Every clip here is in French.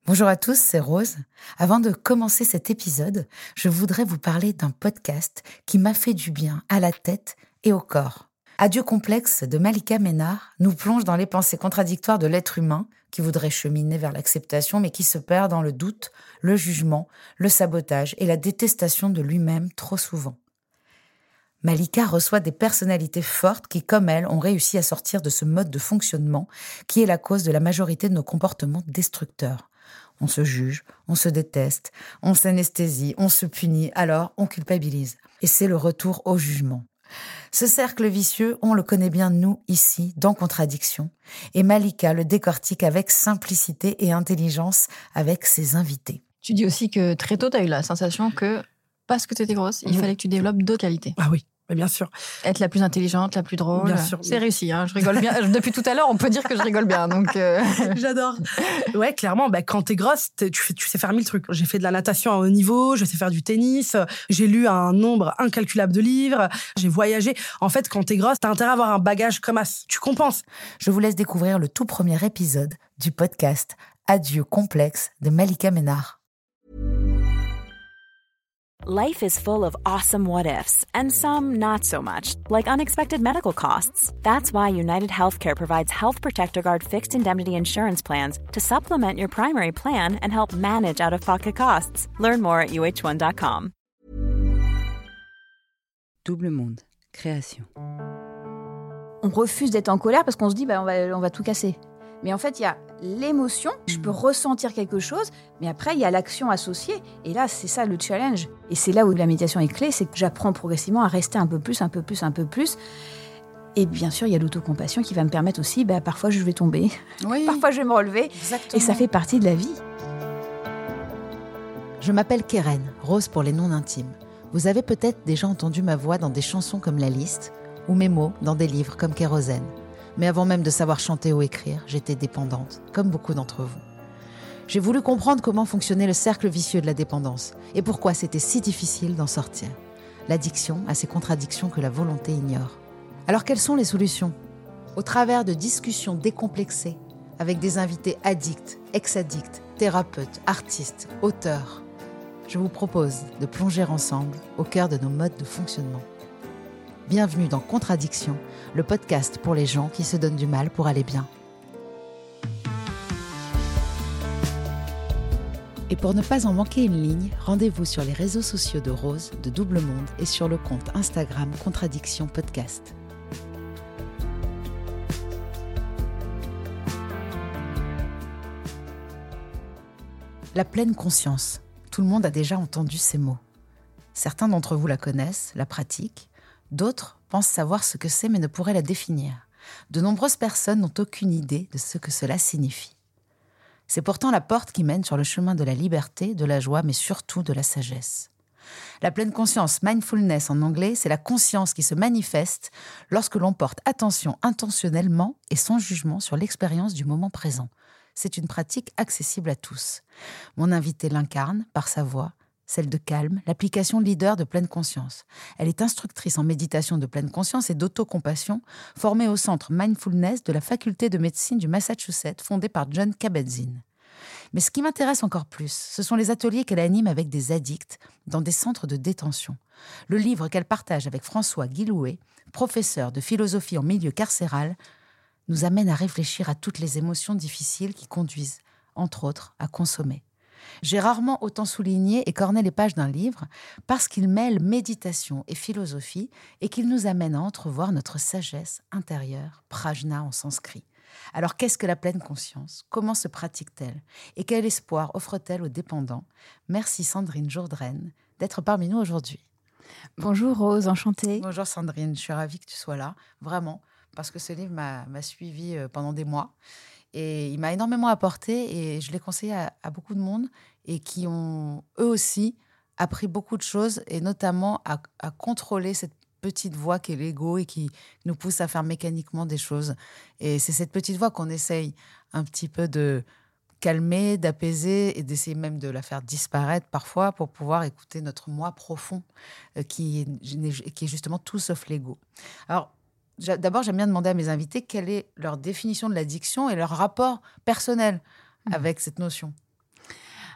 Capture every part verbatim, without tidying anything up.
Bonjour à tous, c'est Rose. Avant de commencer cet épisode, je voudrais vous parler d'un podcast qui m'a fait du bien à la tête et au corps. Adieu complexe de Malika Ménard nous plonge dans les pensées contradictoires de l'être humain qui voudrait cheminer vers l'acceptation mais qui se perd dans le doute, le jugement, le sabotage et la détestation de lui-même trop souvent. Malika reçoit des personnalités fortes qui, comme elle, ont réussi à sortir de ce mode de fonctionnement qui est la cause de la majorité de nos comportements destructeurs. On se juge, on se déteste, on s'anesthésie, on se punit, alors on culpabilise. Et c'est le retour au jugement. Ce cercle vicieux, on le connaît bien nous, ici, dans Contradiction. Et Malika le décortique avec simplicité et intelligence avec ses invités. Tu dis aussi que très tôt, tu as eu la sensation que, parce que tu étais grosse, il mmh. fallait que tu développes d'autres qualités. Ah oui. Bien sûr. Être la plus intelligente, la plus drôle. Bien sûr. C'est réussi, hein, je rigole bien. Depuis tout à l'heure, on peut dire que je rigole bien. Donc euh... J'adore. Ouais, clairement, bah, quand t'es grosse, t'es, tu, tu sais faire mille trucs. J'ai fait de la natation à haut niveau, je sais faire du tennis, j'ai lu un nombre incalculable de livres, j'ai voyagé. En fait, quand t'es grosse, t'as intérêt à avoir un bagage comme as. Tu compenses. Je vous laisse découvrir le tout premier épisode du podcast Adieu complexe de Malika Ménard. Life is full of awesome what-ifs, and some not so much, like unexpected medical costs. That's why United Healthcare provides Health Protector Guard fixed indemnity insurance plans to supplement your primary plan and help manage out-of-pocket costs. Learn more at U H one dot com. Double Monde, création. On refuse d'être en colère parce qu'on se dit bah, on va, on va tout casser. Mais en fait, il y a l'émotion, je peux ressentir quelque chose, mais après, il y a l'action associée. Et là, c'est ça le challenge. Et c'est là où la méditation est clé, c'est que j'apprends progressivement à rester un peu plus, un peu plus, un peu plus. Et bien sûr, il y a l'autocompassion qui va me permettre aussi, bah, parfois je vais tomber, oui, parfois je vais me relever. Exactement. Et ça fait partie de la vie. Je m'appelle Keren, Rose pour les non-intimes. Vous avez peut-être déjà entendu ma voix dans des chansons comme La Liste, ou mes mots dans des livres comme Kérosène. Mais avant même de savoir chanter ou écrire, j'étais dépendante, comme beaucoup d'entre vous. J'ai voulu comprendre comment fonctionnait le cercle vicieux de la dépendance et pourquoi c'était si difficile d'en sortir. L'addiction a ces contradictions que la volonté ignore. Alors quelles sont les solutions ? Au travers de discussions décomplexées avec des invités addicts, ex-addicts, thérapeutes, artistes, auteurs, je vous propose de plonger ensemble au cœur de nos modes de fonctionnement. Bienvenue dans Contradiction, le podcast pour les gens qui se donnent du mal pour aller bien. Et pour ne pas en manquer une ligne, rendez-vous sur les réseaux sociaux de Rose, de Double Monde et sur le compte Instagram Contradiction Podcast. La pleine conscience. Tout le monde a déjà entendu ces mots. Certains d'entre vous la connaissent, la pratiquent. D'autres pensent savoir ce que c'est mais ne pourraient la définir. De nombreuses personnes n'ont aucune idée de ce que cela signifie. C'est pourtant la porte qui mène sur le chemin de la liberté, de la joie, mais surtout de la sagesse. La pleine conscience, mindfulness en anglais, c'est la conscience qui se manifeste lorsque l'on porte attention intentionnellement et sans jugement sur l'expérience du moment présent. C'est une pratique accessible à tous. Mon invité l'incarne par sa voix, celle de Calm, l'application leader de pleine conscience. Elle est instructrice en méditation de pleine conscience et d'autocompassion, formée au centre Mindfulness de la faculté de médecine du Massachusetts, fondée par Jon Kabat-Zinn. Mais ce qui m'intéresse encore plus, ce sont les ateliers qu'elle anime avec des addicts dans des centres de détention. Le livre qu'elle partage avec François Guillouet, professeur de philosophie en milieu carcéral, nous amène à réfléchir à toutes les émotions difficiles qui conduisent, entre autres, à consommer. J'ai rarement autant souligné et corné les pages d'un livre parce qu'il mêle méditation et philosophie et qu'il nous amène à entrevoir notre sagesse intérieure, prajna en sanskrit. Alors qu'est-ce que la pleine conscience ? Comment se pratique-t-elle ? Et quel espoir offre-t-elle aux dépendants ? Merci Sandrine Jourdraine d'être parmi nous aujourd'hui. Bonjour Rose, enchantée. Bonjour Sandrine, je suis ravie que tu sois là, vraiment, parce que ce livre m'a, m'a suivie pendant des mois. Et il m'a énormément apporté et je l'ai conseillé à, à beaucoup de monde et qui ont, eux aussi, appris beaucoup de choses et notamment à, à contrôler cette petite voix qui est l'ego et qui nous pousse à faire mécaniquement des choses. Et c'est cette petite voix qu'on essaye un petit peu de calmer, d'apaiser et d'essayer même de la faire disparaître parfois pour pouvoir écouter notre moi profond euh, qui, est, qui est justement tout sauf l'ego. Alors, d'abord, j'aime bien demander à mes invités quelle est leur définition de l'addiction et leur rapport personnel avec cette notion.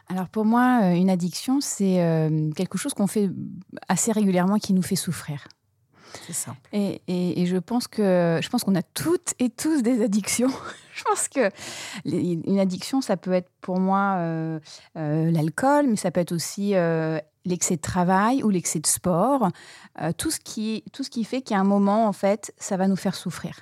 Alors pour moi, une addiction, c'est euh, quelque chose qu'on fait assez régulièrement qui nous fait souffrir. C'est simple. Et, et, et je pense que je pense qu'on a toutes et tous des addictions. Je pense que les, une addiction, ça peut être pour moi euh, euh, l'alcool, mais ça peut être aussi euh, l'excès de travail ou l'excès de sport. Euh, tout ce qui, tout ce qui fait qu'à un moment, en fait, ça va nous faire souffrir.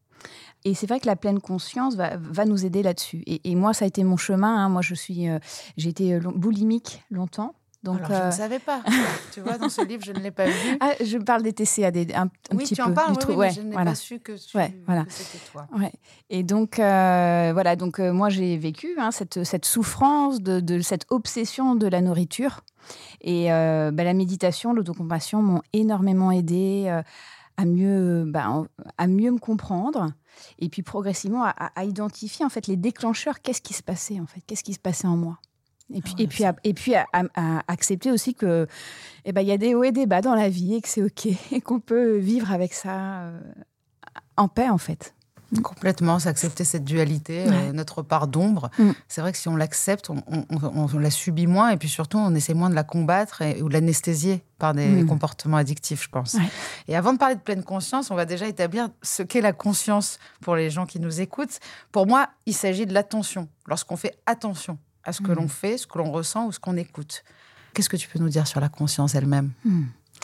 Et c'est vrai que la pleine conscience va, va nous aider là-dessus. Et, et moi, ça a été mon chemin. Hein. Moi, je suis, euh, j'ai été boulimique longtemps. Donc, Alors, euh... je ne savais pas. Tu vois, dans ce livre, je ne l'ai pas vu. Ah, je parle des T C A D un, un oui, petit tu peu. en parles, oui, trou... oui, ouais, mais je n'ai voilà. pas su que, tu... ouais, voilà. que c'était toi. Ouais. Et donc, euh, voilà, donc euh, moi, j'ai vécu hein, cette, cette souffrance, de, de cette obsession de la nourriture. Et euh, bah, la méditation, l'autocompassion m'ont énormément aidée euh, à, mieux, bah, à mieux me comprendre. Et puis, progressivement, à, à identifier en fait, les déclencheurs. Qu'est-ce qui se passait, en fait ? Qu'est-ce qui se passait en moi ? Et puis, ouais, et puis, à, et puis à, à, à accepter aussi que, eh ben, y a des hauts et des bas dans la vie et que c'est OK et qu'on peut vivre avec ça euh, en paix, en fait. Complètement, c'est accepter cette dualité, ouais. euh, notre part d'ombre. Mm. C'est vrai que si on l'accepte, on, on, on, on la subit moins et puis surtout, on essaie moins de la combattre et, ou de l'anesthésier par des mm. comportements addictifs, je pense. Ouais. Et avant de parler de pleine conscience, on va déjà établir ce qu'est la conscience pour les gens qui nous écoutent. Pour moi, il s'agit de l'attention. Lorsqu'on fait attention à ce que mmh. l'on fait, ce que l'on ressent ou ce qu'on écoute. Qu'est-ce que tu peux nous dire sur la conscience elle-même ? mmh.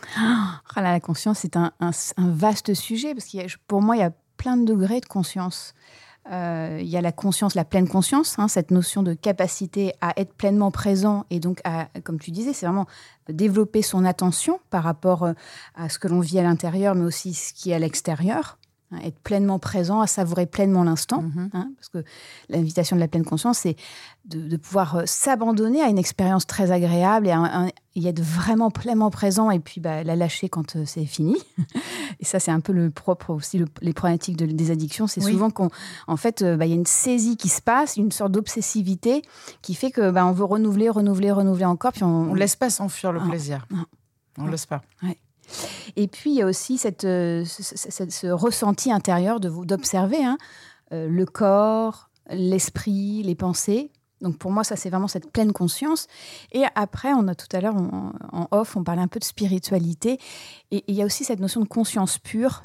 oh là, La conscience, c'est un, un, un vaste sujet, parce que pour moi, il y a plein de degrés de conscience. Euh, il y a la conscience, la pleine conscience, hein, cette notion de capacité à être pleinement présent et donc, à, comme tu disais, c'est vraiment développer son attention par rapport à ce que l'on vit à l'intérieur, mais aussi ce qui est à l'extérieur. Être pleinement présent, à savourer pleinement l'instant. Mmh. Hein, parce que l'invitation de la pleine conscience, c'est de, de pouvoir s'abandonner à une expérience très agréable et, un, un, et être vraiment pleinement présent et puis bah, la lâcher quand euh, c'est fini. Et ça, c'est un peu le propre aussi, le, les problématiques de, des addictions. C'est oui. souvent qu'en en fait, euh, bah, y a une saisie qui se passe, une sorte d'obsessivité qui fait qu'on bah, veut renouveler, renouveler, renouveler encore. Puis on ne laisse pas s'enfuir le ah, plaisir. Ah, on ne ah, laisse pas. Ouais. Et puis, il y a aussi cette, euh, ce, ce, ce ressenti intérieur de, d'observer hein, euh, le corps, l'esprit, les pensées. Donc, pour moi, ça, c'est vraiment cette pleine conscience. Et après, on a tout à l'heure, on, en off, on parlait un peu de spiritualité. Et, et il y a aussi cette notion de conscience pure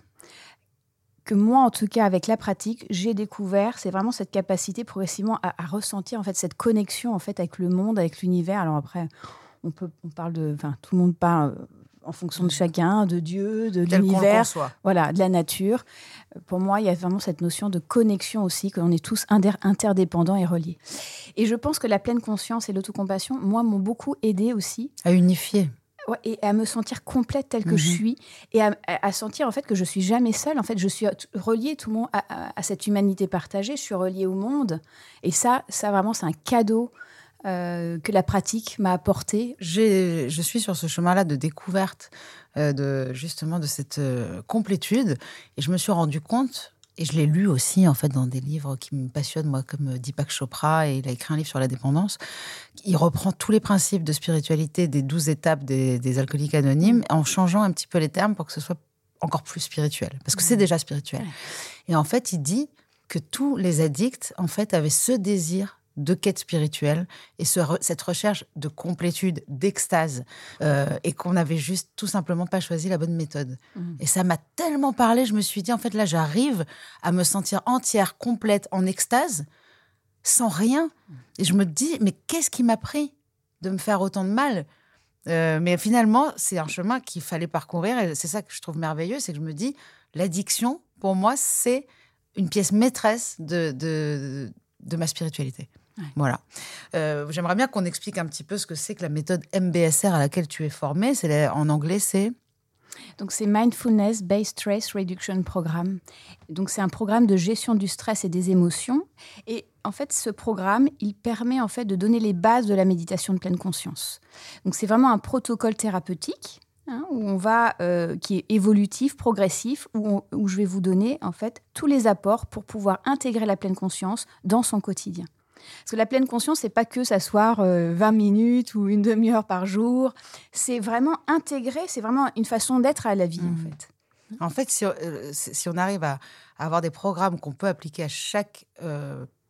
que moi, en tout cas, avec la pratique, j'ai découvert. C'est vraiment cette capacité progressivement à, à ressentir en fait, cette connexion en fait, avec le monde, avec l'univers. Alors après, on, peut, on parle de... Enfin, tout le monde parle... en fonction de chacun, de Dieu, de Tel l'univers, qu'on le voilà, de la nature. Pour moi, il y a vraiment cette notion de connexion aussi, qu'on est tous interdépendants et reliés. Et je pense que la pleine conscience et l'autocompassion, moi, m'ont beaucoup aidée aussi. À unifier. Ouais, et à me sentir complète telle que mm-hmm. je suis, et à, à sentir en fait que je suis jamais seule. En fait, je suis reliée tout le monde à, à, à cette humanité partagée. Je suis reliée au monde, et ça, ça vraiment, c'est un cadeau. Euh, que la pratique m'a apporté. J'ai, je suis sur ce chemin-là de découverte, euh, de, justement de cette euh, complétude. Et je me suis rendu compte, et je l'ai lu aussi en fait, dans des livres qui me passionnent, moi, comme Deepak Chopra, et il a écrit un livre sur la dépendance. Il reprend tous les principes de spiritualité des douze étapes des, des alcooliques anonymes, en changeant un petit peu les termes pour que ce soit encore plus spirituel. Parce que c'est déjà spirituel. Et en fait, il dit que tous les addicts, en fait, avaient ce désir de quête spirituelle et ce, cette recherche de complétude, d'extase, euh, et qu'on n'avait juste tout simplement pas choisi la bonne méthode. Mmh. Et ça m'a tellement parlé, je me suis dit, en fait, là, j'arrive à me sentir entière, complète, en extase, sans rien. Et je me dis, mais qu'est-ce qui m'a pris de me faire autant de mal ? euh, Mais finalement, c'est un chemin qu'il fallait parcourir, et c'est ça que je trouve merveilleux, c'est que je me dis, l'addiction, pour moi, c'est une pièce maîtresse de, de, de ma spiritualité. Ouais. Voilà. Euh, j'aimerais bien qu'on explique un petit peu ce que c'est que la méthode M B S R à laquelle tu es formée. C'est la, en anglais, c'est... Donc, c'est Mindfulness Based Stress Reduction Programme. Donc, c'est un programme de gestion du stress et des émotions. Et en fait, ce programme, il permet en fait de donner les bases de la méditation de pleine conscience. Donc, c'est vraiment un protocole thérapeutique hein, où on va, euh, qui est évolutif, progressif, où, on, où je vais vous donner en fait tous les apports pour pouvoir intégrer la pleine conscience dans son quotidien. Parce que la pleine conscience, c'est pas que s'asseoir euh, vingt minutes ou une demi-heure par jour. C'est vraiment intégré, c'est vraiment une façon d'être à la vie, mmh. en fait. En fait, si, euh, si on arrive à, à avoir des programmes qu'on peut appliquer à chaque euh,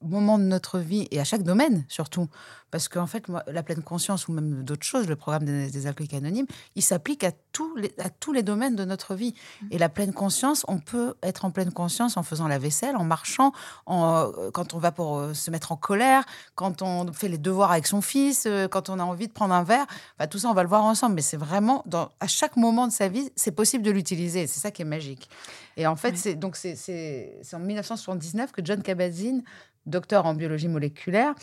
moment de notre vie et à chaque domaine surtout. Parce qu'en fait, moi, la pleine conscience ou même d'autres choses, le programme des, des alcooliques anonymes, il s'applique à tous, les, à tous les domaines de notre vie. Et la pleine conscience, on peut être en pleine conscience en faisant la vaisselle, en marchant, en, quand on va pour euh, se mettre en colère, quand on fait les devoirs avec son fils, euh, quand on a envie de prendre un verre. Enfin, tout ça, on va le voir ensemble. Mais c'est vraiment, dans, à chaque moment de sa vie, c'est possible de l'utiliser. C'est ça qui est magique. Et en fait, ouais. c'est, donc c'est, c'est, c'est en dix-neuf cent soixante-dix-neuf que Jon Kabat-Zinn, docteur en biologie moléculaire,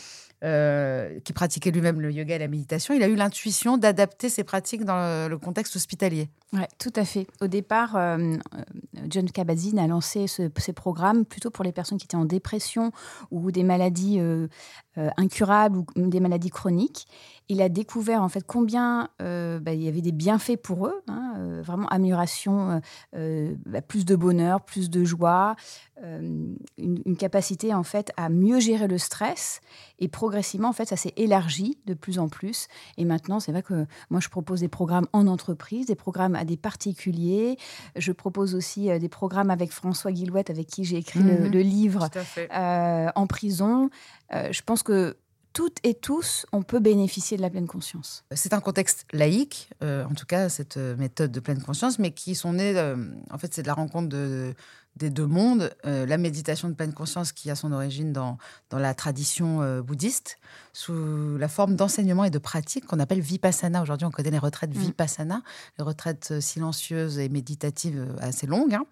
euh, qui pratiquait lui-même le yoga et la méditation, il a eu l'intuition d'adapter ses pratiques dans le, le contexte hospitalier. Oui, tout à fait. Au départ, euh, Jon Kabat-Zinn a lancé ce, ces programmes plutôt pour les personnes qui étaient en dépression ou des maladies euh, euh, incurables ou des maladies chroniques. Il a découvert en fait combien euh, bah, il y avait des bienfaits pour eux, hein, euh, vraiment amélioration, euh, bah, plus de bonheur, plus de joie, euh, une, une capacité en fait à mieux gérer le stress. Et progressivement, en fait, ça s'est élargi de plus en plus. Et maintenant, c'est vrai que moi, je propose des programmes en entreprise, des programmes à des particuliers. Je propose aussi euh, des programmes avec François Guillouette, avec qui j'ai écrit mmh, le, le livre euh, en prison. Euh, je pense que toutes et tous, on peut bénéficier de la pleine conscience. C'est un contexte laïque, euh, en tout cas, cette méthode de pleine conscience, mais qui sont nés, euh, en fait, c'est de la rencontre de, des deux mondes. Euh, la méditation de pleine conscience qui a son origine dans, dans la tradition euh, bouddhiste, sous la forme d'enseignement et de pratique qu'on appelle vipassana. Aujourd'hui, on connaît les retraites mmh. vipassana, les retraites silencieuses et méditatives assez longues. Hein. Mmh.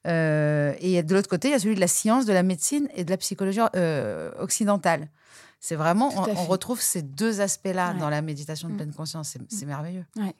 Euh, et de l'autre côté, il y a celui de la science, de la médecine et de la psychologie euh, occidentale. C'est vraiment, on, on retrouve ces deux aspects-là ouais. dans la méditation de pleine conscience. C'est, c'est merveilleux. Ouais.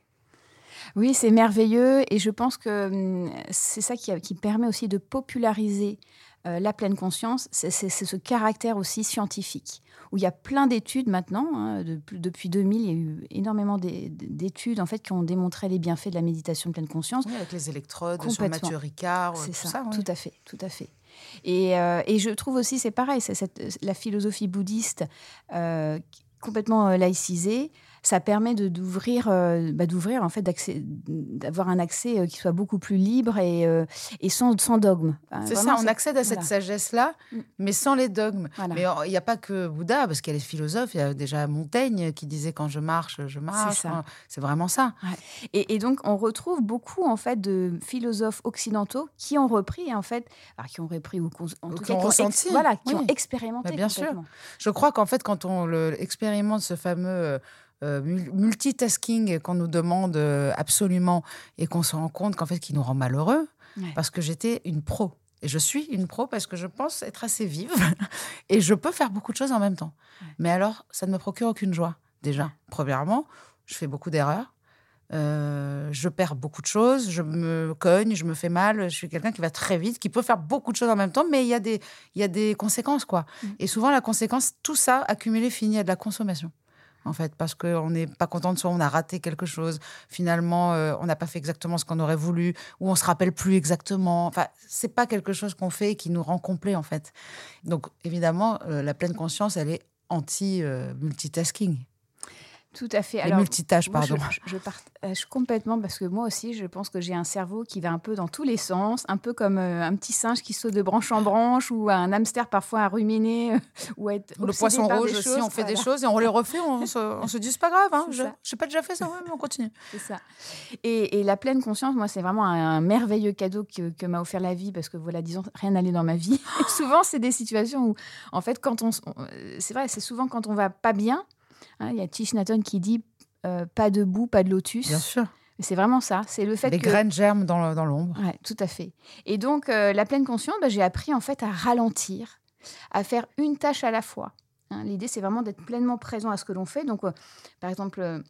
Oui, c'est merveilleux. Et je pense que c'est ça qui, qui permet aussi de populariser euh, la pleine conscience. C'est, c'est, c'est ce caractère aussi scientifique, où il y a plein d'études maintenant. Hein, de, depuis deux mille, il y a eu énormément d'études en fait, qui ont démontré les bienfaits de la méditation de pleine conscience. Oui, avec les électrodes, sur Mathieu Ricard, c'est tout ça, ça. Oui. Tout à fait, tout à fait. Et, euh, et je trouve aussi, c'est pareil, c'est cette, la philosophie bouddhiste euh, complètement laïcisée, ça permet de, d'ouvrir, euh, bah, d'ouvrir en fait, d'accès, d'avoir un accès euh, qui soit beaucoup plus libre et, euh, et sans, sans dogme. Hein, c'est vraiment, ça, on c'est... accède à cette voilà. sagesse-là, mais sans les dogmes. Voilà. Mais il n'y a pas que Bouddha, parce qu'il y a les philosophes, il y a déjà Montaigne qui disait « quand je marche, je marche ». C'est, enfin, c'est vraiment ça. Ouais. Et, et donc, on retrouve beaucoup en fait, de philosophes occidentaux qui ont repris, en fait, alors, qui ont repris, ou en tout qui cas, ont qui ressenti. Ont, ex, voilà, qui oui. ont expérimenté. Bah, bien sûr. Je crois qu'en fait, quand on le, expérimente ce fameux... Euh, multitasking qu'on nous demande euh, absolument et qu'on se rend compte qu'en fait, qui nous rend malheureux ouais. parce que j'étais une pro. Et je suis une pro parce que je pense être assez vive et je peux faire beaucoup de choses en même temps. Ouais. Mais alors, ça ne me procure aucune joie. Déjà, premièrement, je fais beaucoup d'erreurs. Euh, je perds beaucoup de choses, je me cogne, je me fais mal. Je suis quelqu'un qui va très vite, qui peut faire beaucoup de choses en même temps, mais il y a des, il y a des conséquences, quoi. Mmh. Et souvent, la conséquence, tout ça accumulé finit à de la consommation. En fait, parce qu'on n'est pas content de soi, on a raté quelque chose. Finalement, euh, on n'a pas fait exactement ce qu'on aurait voulu, ou on se rappelle plus exactement. Enfin, c'est pas quelque chose qu'on fait et qui nous rend complet, en fait. Donc, évidemment, euh, la pleine conscience, elle est anti-multitasking. Euh, Tout à fait. Les Alors, multitâches, pardon. Je, je, je partage complètement parce que moi aussi, je pense que j'ai un cerveau qui va un peu dans tous les sens, un peu comme euh, un petit singe qui saute de branche en branche ou un hamster parfois à ruminer euh, ou à être le poisson rouge aussi, choses, on fait voilà. des choses et on les refait, on se, on se dit c'est pas grave, hein, je n'ai pas déjà fait ça, ouais, mais on continue. C'est ça. Et, et la pleine conscience, moi, c'est vraiment un, un merveilleux cadeau que, que m'a offert la vie parce que voilà, disons, rien n'allait dans ma vie. Et souvent, c'est des situations où, en fait, quand on, on, c'est vrai, c'est souvent quand on va pas bien. Il y a Thich Nhat Hanh qui dit euh, « pas de boue, pas de lotus ». Bien sûr. Mais c'est vraiment ça. C'est le fait Les que... graines germent dans, dans l'ombre. Oui, tout à fait. Et donc, euh, la pleine conscience, bah, j'ai appris en fait à ralentir, à faire une tâche à la fois. Hein, l'idée, c'est vraiment d'être pleinement présent à ce que l'on fait. Donc, euh, par exemple, euh,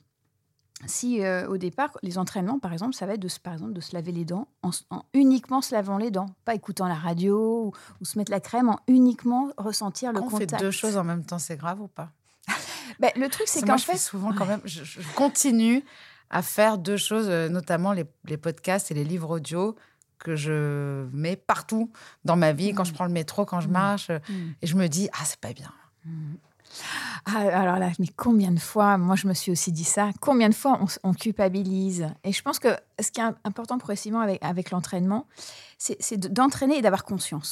si euh, au départ, les entraînements, par exemple, ça va être de, par exemple, de se laver les dents en, en uniquement se lavant les dents, pas écoutant la radio ou, ou se mettre la crème, en uniquement ressentir le Quand contact. On fait deux choses en même temps, c'est grave ou pas? Ben, le truc, c'est, c'est qu'en moi, fait... je fais souvent quand même... Je, je continue à faire deux choses, notamment les, les podcasts et les livres audio que je mets partout dans ma vie, mmh. quand je prends le métro, quand je marche. Mmh. Et je me dis, ah, c'est pas bien. Mmh. Ah, alors là, mais combien de fois, moi, je me suis aussi dit ça, combien de fois on, on culpabilise. Et je pense que ce qui est important progressivement avec, avec l'entraînement, c'est, c'est d'entraîner et d'avoir conscience.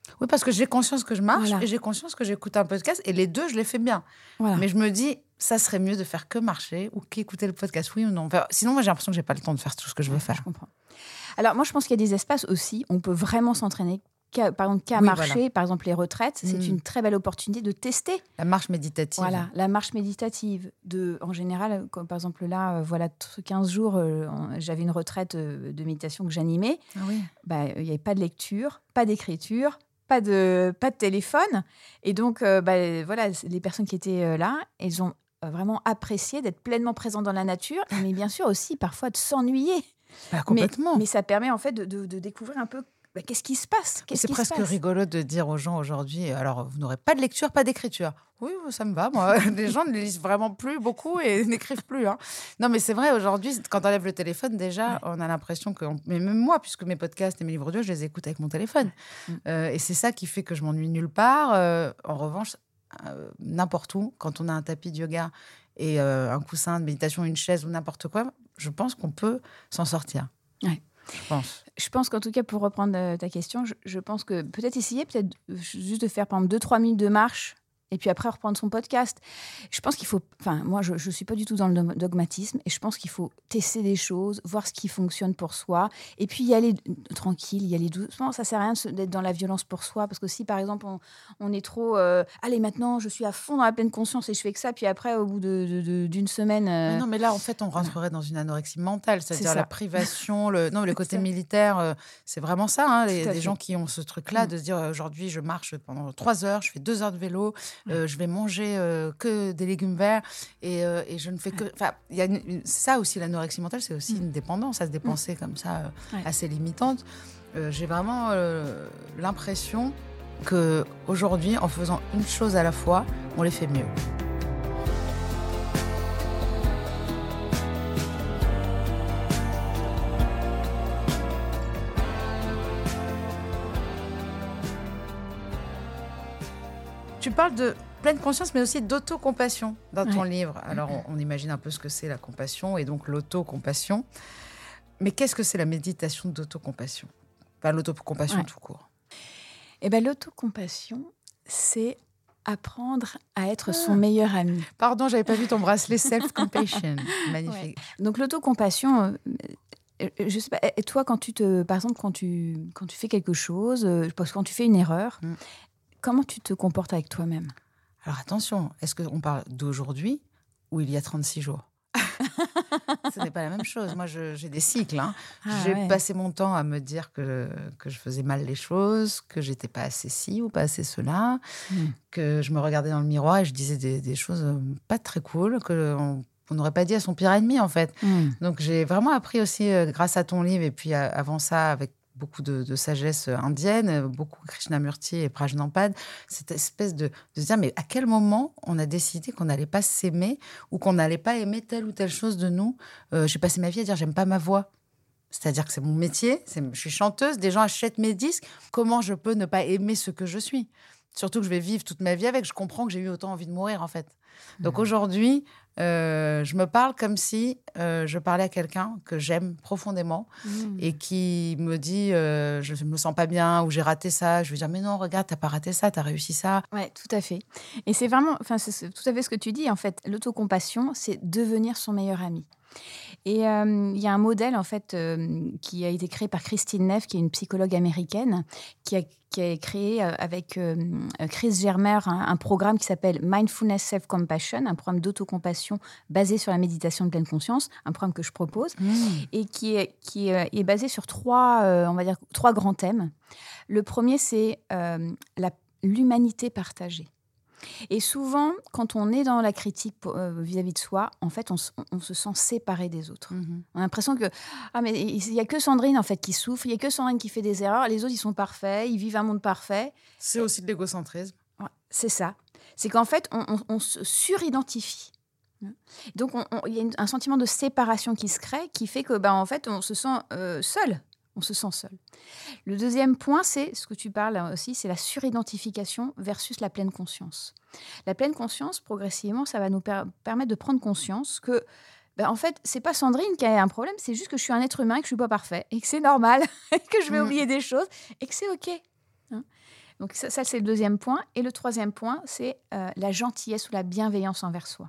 Oui, parce que j'ai conscience que je marche Voilà. et j'ai conscience que j'écoute un podcast et les deux, je les fais bien. Voilà. Mais je me dis, ça serait mieux de faire que marcher ou qu'écouter le podcast, oui ou non. Enfin, sinon, moi, j'ai l'impression que j'ai pas le temps de faire tout ce que je veux Ouais, faire. Je comprends. Alors, moi, je pense qu'il y a des espaces aussi où on peut vraiment s'entraîner. Qu'à- par exemple, qu'à Oui, marcher, voilà. par exemple, les retraites, c'est Mm. une très belle opportunité de tester. La marche méditative. Voilà, la marche méditative. De, en général, comme par exemple là, euh, voilà, quinze jours, euh, on- j'avais une retraite euh, de méditation que j'animais. Ah oui. Bah, il n'y avait pas de lecture, pas d'écriture, pas de, pas de téléphone. Et donc, euh, bah, voilà, les personnes qui étaient euh, là, elles ont euh, vraiment apprécié d'être pleinement présentes dans la nature, mais bien sûr aussi parfois de s'ennuyer. Bah, Mais, complètement. mais ça permet en fait de, de- de découvrir un peu bah, qu'est-ce qui se passe. Qu'est-ce C'est qui se presque passe rigolo de dire aux gens aujourd'hui, alors vous n'aurez pas de lecture, pas d'écriture. Oui, ça me va, moi. Les gens ne lisent vraiment plus beaucoup et n'écrivent plus. Hein. Non, mais c'est vrai, aujourd'hui, quand on enlève le téléphone, déjà, on a l'impression que... Mais même moi, puisque mes podcasts et mes livres audio, je les écoute avec mon téléphone. Mm. Euh, et c'est ça qui fait que je m'ennuie nulle part. Euh, en revanche, euh, n'importe où, quand on a un tapis de yoga et euh, un coussin de méditation, une chaise ou n'importe quoi, je pense qu'on peut s'en sortir. Ouais. Je pense. Je pense qu'en tout cas, pour reprendre euh, ta question, je, je pense que peut-être essayer, peut-être euh, juste de faire par exemple deux trois minutes de marche et puis après reprendre son podcast. Je pense qu'il faut... Enfin, moi, je ne suis pas du tout dans le dog- dogmatisme et je pense qu'il faut tester des choses, voir ce qui fonctionne pour soi et puis y aller euh, tranquille, y aller doucement. Ça ne sert à rien de se- d'être dans la violence pour soi parce que si, par exemple, on, on est trop... euh, Allez, maintenant, je suis à fond dans la pleine conscience et je fais que ça, puis après, au bout de, de- de- d'une semaine... euh, Mais non, mais là, en fait, on rentrerait dans une anorexie mentale, c'est-à-dire ça. la privation, le, non, le côté ça. militaire, euh, c'est vraiment ça. Hein, les, Tout à des fait. gens qui ont ce truc-là Mm. de se dire euh, aujourd'hui, je marche pendant trois heures, je fais deux heures de vélo, euh, je vais manger euh, que des légumes verts et, euh, et je ne fais que. Enfin, il y a une- une- ça aussi, l'anorexie mentale, c'est aussi une dépendance à se dépenser comme ça, euh, Ouais. assez limitante. Euh, J'ai vraiment euh, l'impression que aujourd'hui, en faisant une chose à la fois, on les fait mieux. Tu parles de pleine conscience, mais aussi d'autocompassion dans ton Ouais. livre. Alors, on, on imagine un peu ce que c'est la compassion et donc l'autocompassion. Mais qu'est-ce que c'est la méditation d'autocompassion ? Enfin, l'autocompassion Ouais. tout court. Eh ben, l'autocompassion, c'est apprendre à être Ah. son meilleur ami. Pardon, j'avais pas vu ton bracelet self-compassion. Magnifique. Donc l'autocompassion, euh, euh, je sais pas, et toi quand tu te, par exemple quand tu quand tu fais quelque chose, euh, parce que quand tu fais une erreur, Mm. comment tu te comportes avec toi-même ? Alors attention, est-ce qu'on parle d'aujourd'hui ou il y a trente-six jours ? Ce n'est pas la même chose. Moi, je- j'ai des cycles. Hein. Ah, j'ai ouais. passé mon temps à me dire que, que je faisais mal les choses, que j'étais pas assez ci ou pas assez cela, Mm. que je me regardais dans le miroir et je disais des, des choses euh, pas très cool, que on on n'aurait pas dit à son pire ennemi, en fait. Mm. Donc, j'ai vraiment appris aussi, euh, grâce à ton livre, et puis euh, avant ça, avec beaucoup de, de sagesse indienne, euh, beaucoup Krishnamurti et Prajnampad, cette espèce de, de se dire, mais à quel moment on a décidé qu'on n'allait pas s'aimer ou qu'on n'allait pas aimer telle ou telle chose de nous ? Euh, J'ai passé ma vie à dire, j'aime pas ma voix. C'est-à-dire que c'est mon métier, c'est- je suis chanteuse, des gens achètent mes disques. Comment je peux ne pas aimer ce que je suis ? Surtout que je vais vivre toute ma vie avec, je comprends que j'ai eu autant envie de mourir, en fait. Donc aujourd'hui, euh, je me parle comme si euh, je parlais à quelqu'un que j'aime profondément Mm. et qui me dit euh, je me sens pas bien ou j'ai raté ça. Je vais dire mais non, regarde, t'as pas raté ça, t'as réussi ça. Ouais, tout à fait. Et c'est vraiment, enfin, c'est c'est tout à fait ce que tu dis. En fait, l'autocompassion, c'est devenir son meilleur ami. Et euh, il y a un modèle en fait euh, qui a été créé par Christine Neff, qui est une psychologue américaine, qui a, qui a créé euh, avec euh, Chris Germer un, un programme qui s'appelle Mindfulness Self-Compassion, un programme d'autocompassion basé sur la méditation de pleine conscience, un programme que je propose et qui est, qui est, est basé sur trois, euh, on va dire, trois grands thèmes. Le premier, c'est euh, la- l'humanité partagée. Et souvent, quand on est dans la critique pour- euh, vis-à-vis de soi, en fait, on, s- on se sent séparé des autres. Mhm. On a l'impression que ah mais il y a que Sandrine en fait qui souffre, il y a que Sandrine qui fait des erreurs, les autres ils sont parfaits, ils vivent un monde parfait. C'est aussi de l'égocentrisme. Ouais, c'est ça. C'est qu'en fait, on, on- on se suridentifie. Donc, on- on- il y a une- un sentiment de séparation qui se crée, qui fait que, ben, en fait, on se sent euh, seul. On se sent seul. Le deuxième point, c'est ce que tu parles aussi, c'est la suridentification versus la pleine conscience. La pleine conscience, progressivement, ça va nous per- permettre de prendre conscience que, ben, en fait, c'est pas Sandrine qui a un problème, c'est juste que je suis un être humain, et que je suis pas parfait, et que c'est normal, et que je vais Mm. oublier des choses, et que c'est OK. Hein. Donc ça, ça, c'est le deuxième point. Et le troisième point, c'est euh, la gentillesse ou la bienveillance envers soi.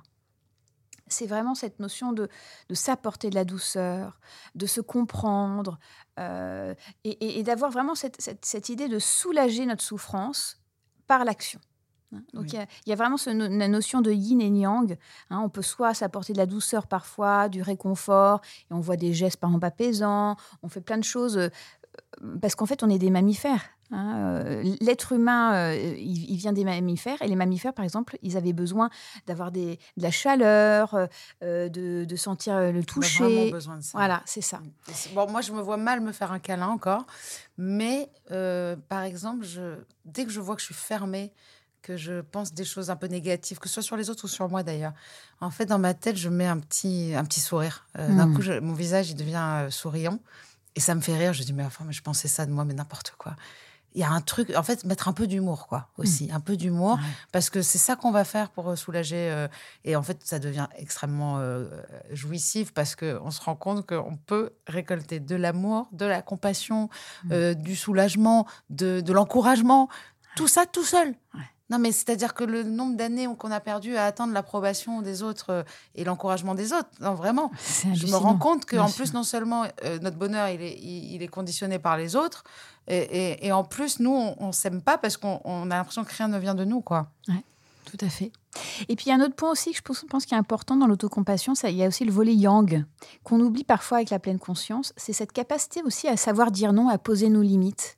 C'est vraiment cette notion de, de s'apporter de la douceur, de se comprendre euh, et, et, et d'avoir vraiment cette, cette, cette idée de soulager notre souffrance par l'action. Donc, il oui. y, y a vraiment ce, la notion de yin et yang. Hein, on peut soit s'apporter de la douceur parfois, du réconfort, et on voit des gestes par exemple apaisants, on fait plein de choses, euh, parce qu'en fait, on est des mammifères. Hein, euh, l'être humain, euh, il, il vient des mammifères, et les mammifères, par exemple, ils avaient besoin d'avoir des, de la chaleur, euh, de, de sentir le toucher. On a vraiment besoin de ça. Voilà, c'est ça. C'est, bon, moi, je me vois mal me faire un câlin encore, mais euh, par exemple, je, dès que je vois que je suis fermée, que je pense des choses un peu négatives, que ce soit sur les autres ou sur moi d'ailleurs. En fait, dans ma tête, je mets un petit, un petit sourire. Euh, mmh. D'un coup, je, mon visage, il devient euh, souriant. Et ça me fait rire. Je dis, mais enfin, mais je pensais ça de moi, mais n'importe quoi. Il y a un truc, en fait, mettre un peu d'humour, quoi, aussi. Mmh. Un peu d'humour, ouais. Parce que c'est ça qu'on va faire pour soulager. Euh, et en fait, ça devient extrêmement euh, jouissif parce qu'on se rend compte qu'on peut récolter de l'amour, de la compassion, mmh. euh, du soulagement, de, de l'encouragement. Tout ça tout seul. Ouais. Non, mais c'est-à-dire que le nombre d'années qu'on a perdu à attendre l'approbation des autres euh, et l'encouragement des autres, non, vraiment. Je me rends compte qu'en plus, non seulement euh, notre bonheur, il est, il, il est conditionné par les autres, et, et, et en plus, nous, on ne s'aime pas parce qu'on on a l'impression que rien ne vient de nous, quoi. Ouais, tout à fait. Et puis, il y a un autre point aussi que je pense, pense qui est important dans l'autocompassion, ça, il y a aussi le volet yang, qu'on oublie parfois avec la pleine conscience. C'est cette capacité aussi à savoir dire non, à poser nos limites.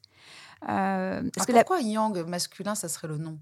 Euh, parce ah, que pourquoi la... yang masculin, ça serait le non?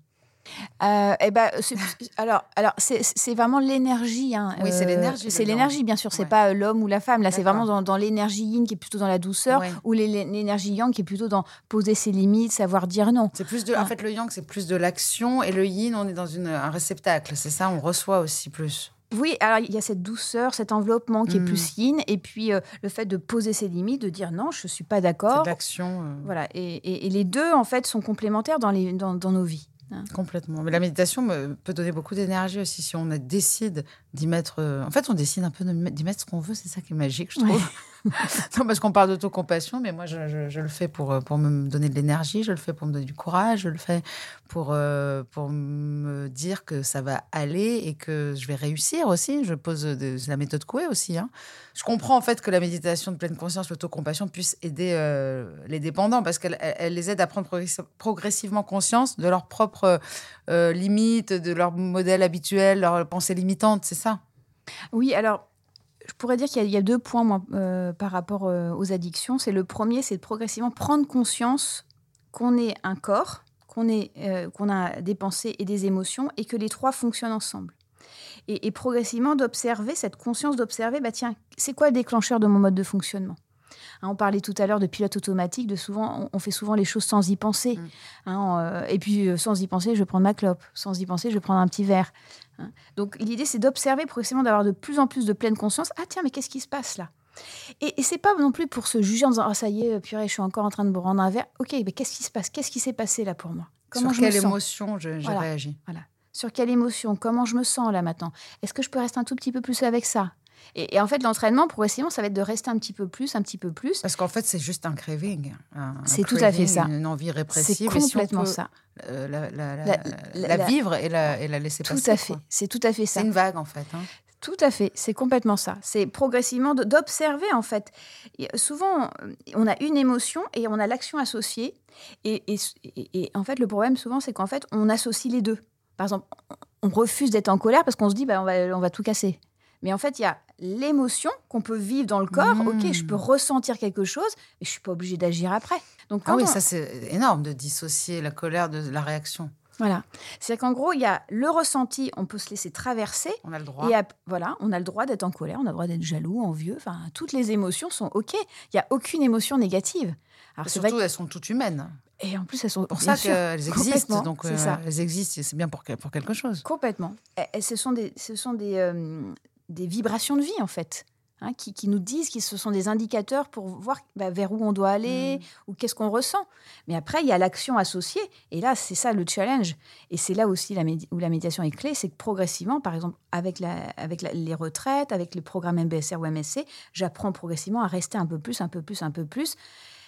Euh, eh ben, c'est, alors, alors c'est, c'est vraiment l'énergie. Hein. Oui, c'est l'énergie. Euh, c'est l'énergie, bien sûr. C'est ouais. pas l'homme ou la femme. Là, D'accord. c'est vraiment dans, dans l'énergie yin qui est plutôt dans la douceur, ouais. ou l'énergie yang qui est plutôt dans poser ses limites, savoir dire non. C'est plus de, hein. En fait, le yang, c'est plus de l'action, et le yin, on est dans une, un réceptacle. C'est ça, on reçoit aussi plus. Oui, alors il y a cette douceur, cet enveloppement qui mmh. est plus yin, et puis euh, le fait de poser ses limites, de dire non, je suis pas d'accord. C'est de l'action. Euh... Voilà, et, et, et les deux en fait sont complémentaires dans, les, dans, dans nos vies. Hein. Complètement. Mais la méditation me, peut donner beaucoup d'énergie aussi si on décide d'y mettre. Euh... En fait, on décide un peu d'y mettre ce qu'on veut. C'est ça qui est magique, je trouve. Ouais. Non, parce qu'on parle d'autocompassion, mais moi, je, je, je le fais pour, pour me donner de l'énergie, je le fais pour me donner du courage, je le fais pour, euh, pour me dire que ça va aller et que je vais réussir aussi. Je pose de, la méthode Coué aussi. Hein. Je comprends en fait que la méditation de pleine conscience, l'autocompassion, puisse aider euh, les dépendants parce qu'elle elle les aide à prendre progressivement conscience de leurs propres euh, limites, de leur modèle habituel, leurs pensées limitantes, c'est ça? Oui, alors... Je pourrais dire qu'il y a, il y a deux points moi, euh, par rapport euh, aux addictions. C'est le premier, c'est de progressivement prendre conscience qu'on est un corps, qu'on, est, euh, qu'on a des pensées et des émotions et que les trois fonctionnent ensemble. Et, et progressivement d'observer, cette conscience d'observer, bah tiens, c'est quoi le déclencheur de mon mode de fonctionnement ? Hein, on parlait tout à l'heure de pilote automatique, de souvent, on, on fait souvent les choses sans y penser. Mmh. Hein, euh, et puis, euh, sans y penser, je vais prendre ma clope. Sans y penser, je vais prendre un petit verre. Hein. Donc, l'idée, c'est d'observer progressivement, d'avoir de plus en plus de pleine conscience. Ah tiens, mais qu'est-ce qui se passe là ? Et, et c'est pas non plus pour se juger en disant « Ah, ça y est, purée, je suis encore en train de me prendre un verre. » Ok, mais qu'est-ce qui se passe ? Qu'est-ce qui s'est passé là pour moi ? Comment Sur je quelle me émotion je, j'ai voilà. réagi ? Voilà. Sur quelle émotion ? Comment je me sens là maintenant ? Est-ce que je peux rester un tout petit peu plus avec ça ? Et, et en fait, l'entraînement, progressivement, ça va être de rester un petit peu plus, un petit peu plus. Parce qu'en fait, c'est juste un craving. Un, c'est un tout craving, à fait ça. Une envie répressive. C'est complètement et si on peut, ça. Euh, la, la, la, la, la, la vivre et la, et la laisser tout passer. Tout à fait. Quoi. C'est tout à fait ça. C'est une vague, en fait. Hein. Tout à fait. C'est complètement ça. C'est progressivement de, d'observer, en fait. Et souvent, on a une émotion et on a l'action associée. Et, et, et, et en fait, le problème, souvent, c'est qu'en fait, on associe les deux. Par exemple, on refuse d'être en colère parce qu'on se dit bah, on va, on va tout casser. Mais en fait, il y a l'émotion qu'on peut vivre dans le corps. Mmh. Ok, je peux ressentir quelque chose, mais je ne suis pas obligée d'agir après. Donc, ah oui, on... ça, c'est énorme de dissocier la colère de la réaction. Voilà. C'est qu'en gros, il y a le ressenti, on peut se laisser traverser. On a le droit. Et à, voilà, on a le droit d'être en colère, on a le droit d'être jaloux, envieux. Enfin, toutes les émotions sont OK. Il n'y a aucune émotion négative. Alors, surtout, vrai... elles sont toutes humaines. Et en plus, elles sont pour ça sûr, qu'elles existent. Donc, c'est euh, ça. Elles existent et c'est bien pour, pour quelque chose. Complètement. Et ce sont des, ce sont des, euh, des vibrations de vie, en fait, hein, qui, qui nous disent que ce sont des indicateurs pour voir bah, vers où on doit aller mmh. ou qu'est-ce qu'on ressent. Mais après, il y a l'action associée. Et là, c'est ça le challenge. Et c'est là aussi la médi- où la méditation est clé. C'est que progressivement, par exemple, avec, la, avec la, les retraites, avec le programme M B S R ou M S C, j'apprends progressivement à rester un peu plus, un peu plus, un peu plus.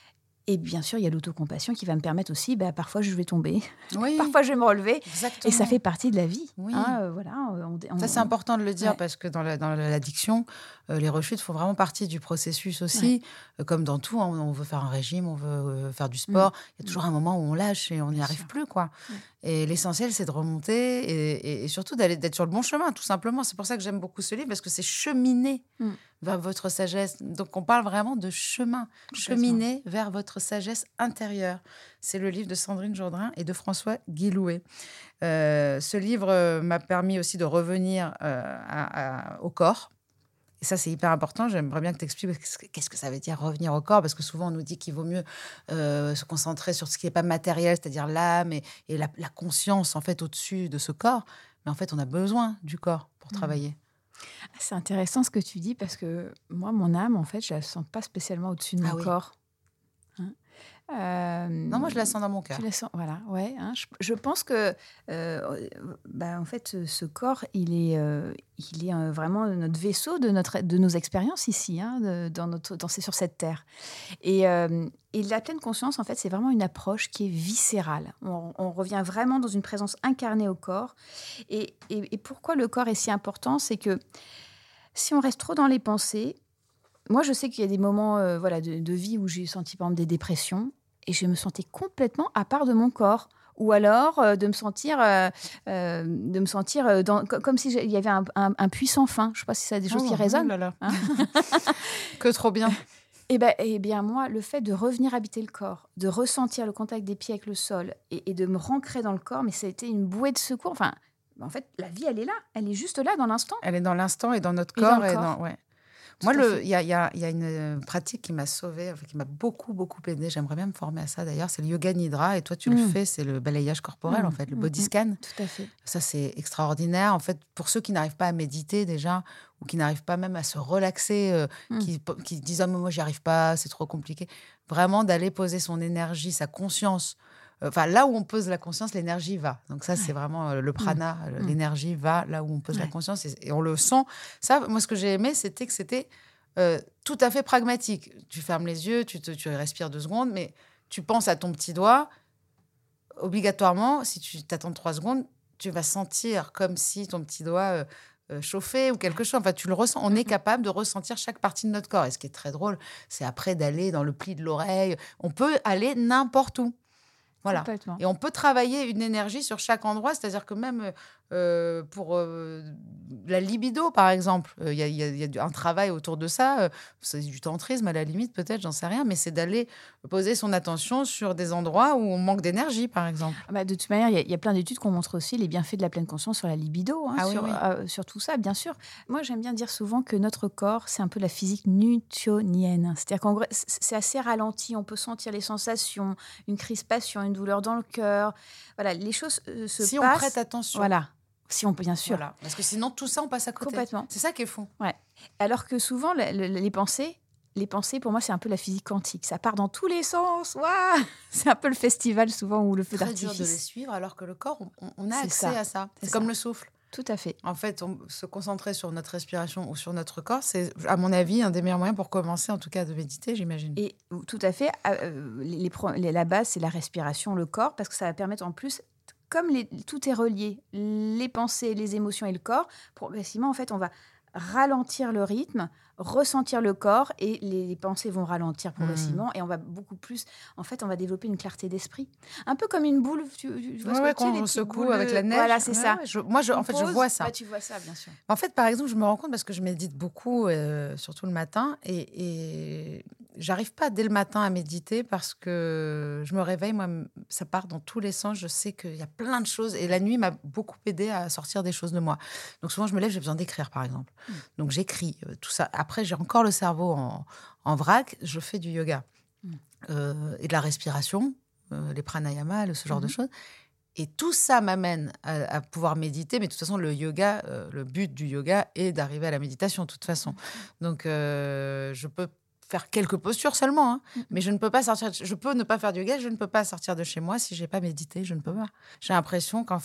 Et bien sûr, il y a l'autocompassion qui va me permettre aussi, bah, parfois je vais tomber, Oui, parfois je vais me relever. exactement. Et ça fait partie de la vie. Oui. Hein, euh, voilà, on, on- Ça, c'est important de le dire Ouais. parce que dans, la- dans l'addiction, euh, les rechutes font vraiment partie du processus aussi. Euh, comme dans tout, hein, on veut faire un régime, on veut euh, faire du sport. Il y a toujours un moment où on lâche et on n'y Bien arrive sûr. plus, quoi. Ouais. Et l'essentiel, c'est de remonter et, et- et surtout d'aller, d'être sur le bon chemin, tout simplement. C'est pour ça que j'aime beaucoup ce livre parce que c'est cheminer Mm. vers votre sagesse. Donc, on parle vraiment de chemin. Cheminer vers votre sagesse intérieure. C'est le livre de Sandrine Jourdain et de François Guillouet. Euh, ce livre euh, m'a permis aussi de revenir euh, à- à- au corps. Et ça, c'est hyper important. J'aimerais bien que tu expliques qu'est-ce que- qu'est-ce que ça veut dire revenir au corps, parce que souvent, on nous dit qu'il vaut mieux euh, se concentrer sur ce qui n'est pas matériel, c'est-à-dire l'âme et, et la, la conscience, en fait, au-dessus de ce corps. Mais en fait, on a besoin du corps pour travailler. C'est intéressant ce que tu dis parce que moi, mon âme, en fait, je la sens pas spécialement au-dessus de mon Ah oui. corps. Hein. Euh, Non, moi, je la sens dans mon cœur. Tu la sens, voilà, ouais. Hein, je, je pense que, euh, bah, en fait, ce, ce corps, il est, euh, il est euh, vraiment notre vaisseau de notre, de nos expériences ici, hein, de- dans notre, dans, sur cette terre. Et, euh, et la pleine conscience, en fait, c'est vraiment une approche qui est viscérale. On, on revient vraiment dans une présence incarnée au corps. Et, et, et pourquoi le corps est si important, c'est que si on reste trop dans les pensées, moi, je sais qu'il y a des moments, euh, voilà, de, de vie où j'ai senti, par exemple, des dépressions. Et je me sentais complètement à part de mon corps. Ou alors euh, de me sentir, euh, euh, de me sentir euh, dans, co- comme s'il y avait un, un, un puits sans fin. Je ne sais pas si ça a des choses Oh, qui oh résonnent. là là. Hein. Que trop bien. Eh ben, eh bien, moi, le fait de revenir habiter le corps, de ressentir le contact des pieds avec le sol et, et de me rancrer dans le corps, mais ça a été une bouée de secours. Enfin, en fait, la vie, elle est là. Elle est juste là, dans l'instant. Elle est dans l'instant et dans notre Et dans corps. le et corps. dans- ouais. Tout Moi, à le- fait. il y a, il y a- il y a une euh, pratique qui m'a sauvée, enfin, qui m'a beaucoup, beaucoup aidée. J'aimerais bien me former à ça, d'ailleurs. C'est le yoga nidra. Et toi, tu le Mm. fais, c'est le balayage corporel, Mm, en fait, le mm, body mm. scan. Tout à fait. Ça, c'est extraordinaire. En fait, pour ceux qui n'arrivent pas à méditer déjà, ou qui n'arrivent pas même à se relaxer, euh, Mm. qui, qui disent « Ah, mais moi, j'y arrive pas, c'est trop compliqué », vraiment d'aller poser son énergie, sa conscience. Enfin, là où on pose la conscience, l'énergie va. Donc ça, c'est vraiment euh, le prana. euh, Mm. L'énergie va là où on pose la Ouais. conscience. Et, et on le sent. Ça, moi, ce que j'ai aimé, c'était que c'était euh, tout à fait pragmatique. Tu fermes les yeux, tu, te, tu respires deux secondes, mais tu penses à ton petit doigt. Obligatoirement, si tu t'attends trois secondes, tu vas sentir comme si ton petit doigt euh, euh, chauffait ou quelque chose. Enfin, tu le ressens. On est capable de ressentir chaque partie de notre corps. Et ce qui est très drôle, c'est après d'aller dans le pli de l'oreille. On peut aller n'importe où. Voilà. Complètement. Et on peut travailler une énergie sur chaque endroit, c'est-à-dire que même euh, pour euh, la libido, par exemple, il euh, y, y, y a un travail autour de ça. Euh, c'est du tantrisme à la limite, peut-être, j'en sais rien, mais c'est d'aller poser son attention sur des endroits où on manque d'énergie, par exemple. Bah, de toute manière, il y, y a plein d'études qui montrent aussi les bienfaits de la pleine conscience sur la libido, hein, Ah oui, sur, oui. euh, sur tout ça, bien sûr. Moi, j'aime bien dire souvent que notre corps, c'est un peu la physique newtonienne. C'est-à-dire qu'en vrai, c'est assez ralenti. On peut sentir les sensations, une crispation, une douleur dans le cœur. Voilà, les choses euh, se si passent. on prête attention. Voilà, si on peut, bien sûr. Voilà. Parce que sinon, tout ça, on passe à côté. Complètement. C'est ça qui est fou. Ouais. Alors que souvent, le- le- les pensées, les pensées, pour moi, c'est un peu la physique quantique. Ça part dans tous les sens. Waouh, c'est un peu le festival souvent ou le feu Très dur de les d'artifice. suivre, alors que le corps, on, on a C'est accès ça. à ça. C'est C'est comme ça. le souffle. Tout à fait. En fait, on, se concentrer sur notre respiration ou sur notre corps, c'est, à mon avis, un des meilleurs moyens pour commencer, en tout cas, de méditer, j'imagine. Et tout à fait. euh, les, les pro- les- la base, c'est la respiration, le corps, parce que ça va permettre en plus, comme les- tout est relié, les pensées, les émotions et le corps, progressivement, en fait, on va ralentir le rythme, ressentir le corps et les, les pensées vont ralentir progressivement et on va beaucoup plus, en fait, on va développer une clarté d'esprit. Un peu comme une boule, tu, tu vois Ouais, ce ouais, que c'est, quand les on petites secoue boules avec de- la neige. Voilà, c'est Ouais, ça. ouais, je- moi, je, en On fait, je pose, vois ça. bah, tu vois ça, bien sûr. En fait, par exemple, je me rends compte parce que je médite beaucoup, euh, surtout le matin, et, et j'arrive pas dès le matin à méditer parce que je me réveille, moi, m- ça part dans tous les sens. Je sais qu'il y a plein de choses, et la nuit m'a beaucoup aidé à sortir des choses de moi. Donc souvent, je me lève, j'ai besoin d'écrire, par exemple. Mm. Donc j'écris euh, tout ça. Après, j'ai encore le cerveau en, en vrac. Je fais du yoga Mm. euh, et de la respiration, euh, les pranayamas, le- ce genre de Mhm. choses. Et tout ça m'amène à, à pouvoir méditer. Mais de toute façon, le yoga, euh, le but du yoga est d'arriver à la méditation, de toute façon. Donc, euh, je peux faire quelques postures seulement, hein, Mhm. mais je ne peux pas sortir. de- Je peux ne pas faire du yoga, je ne peux pas sortir de chez moi si j'ai pas médité. Je ne peux pas. J'ai l'impression qu'en fait,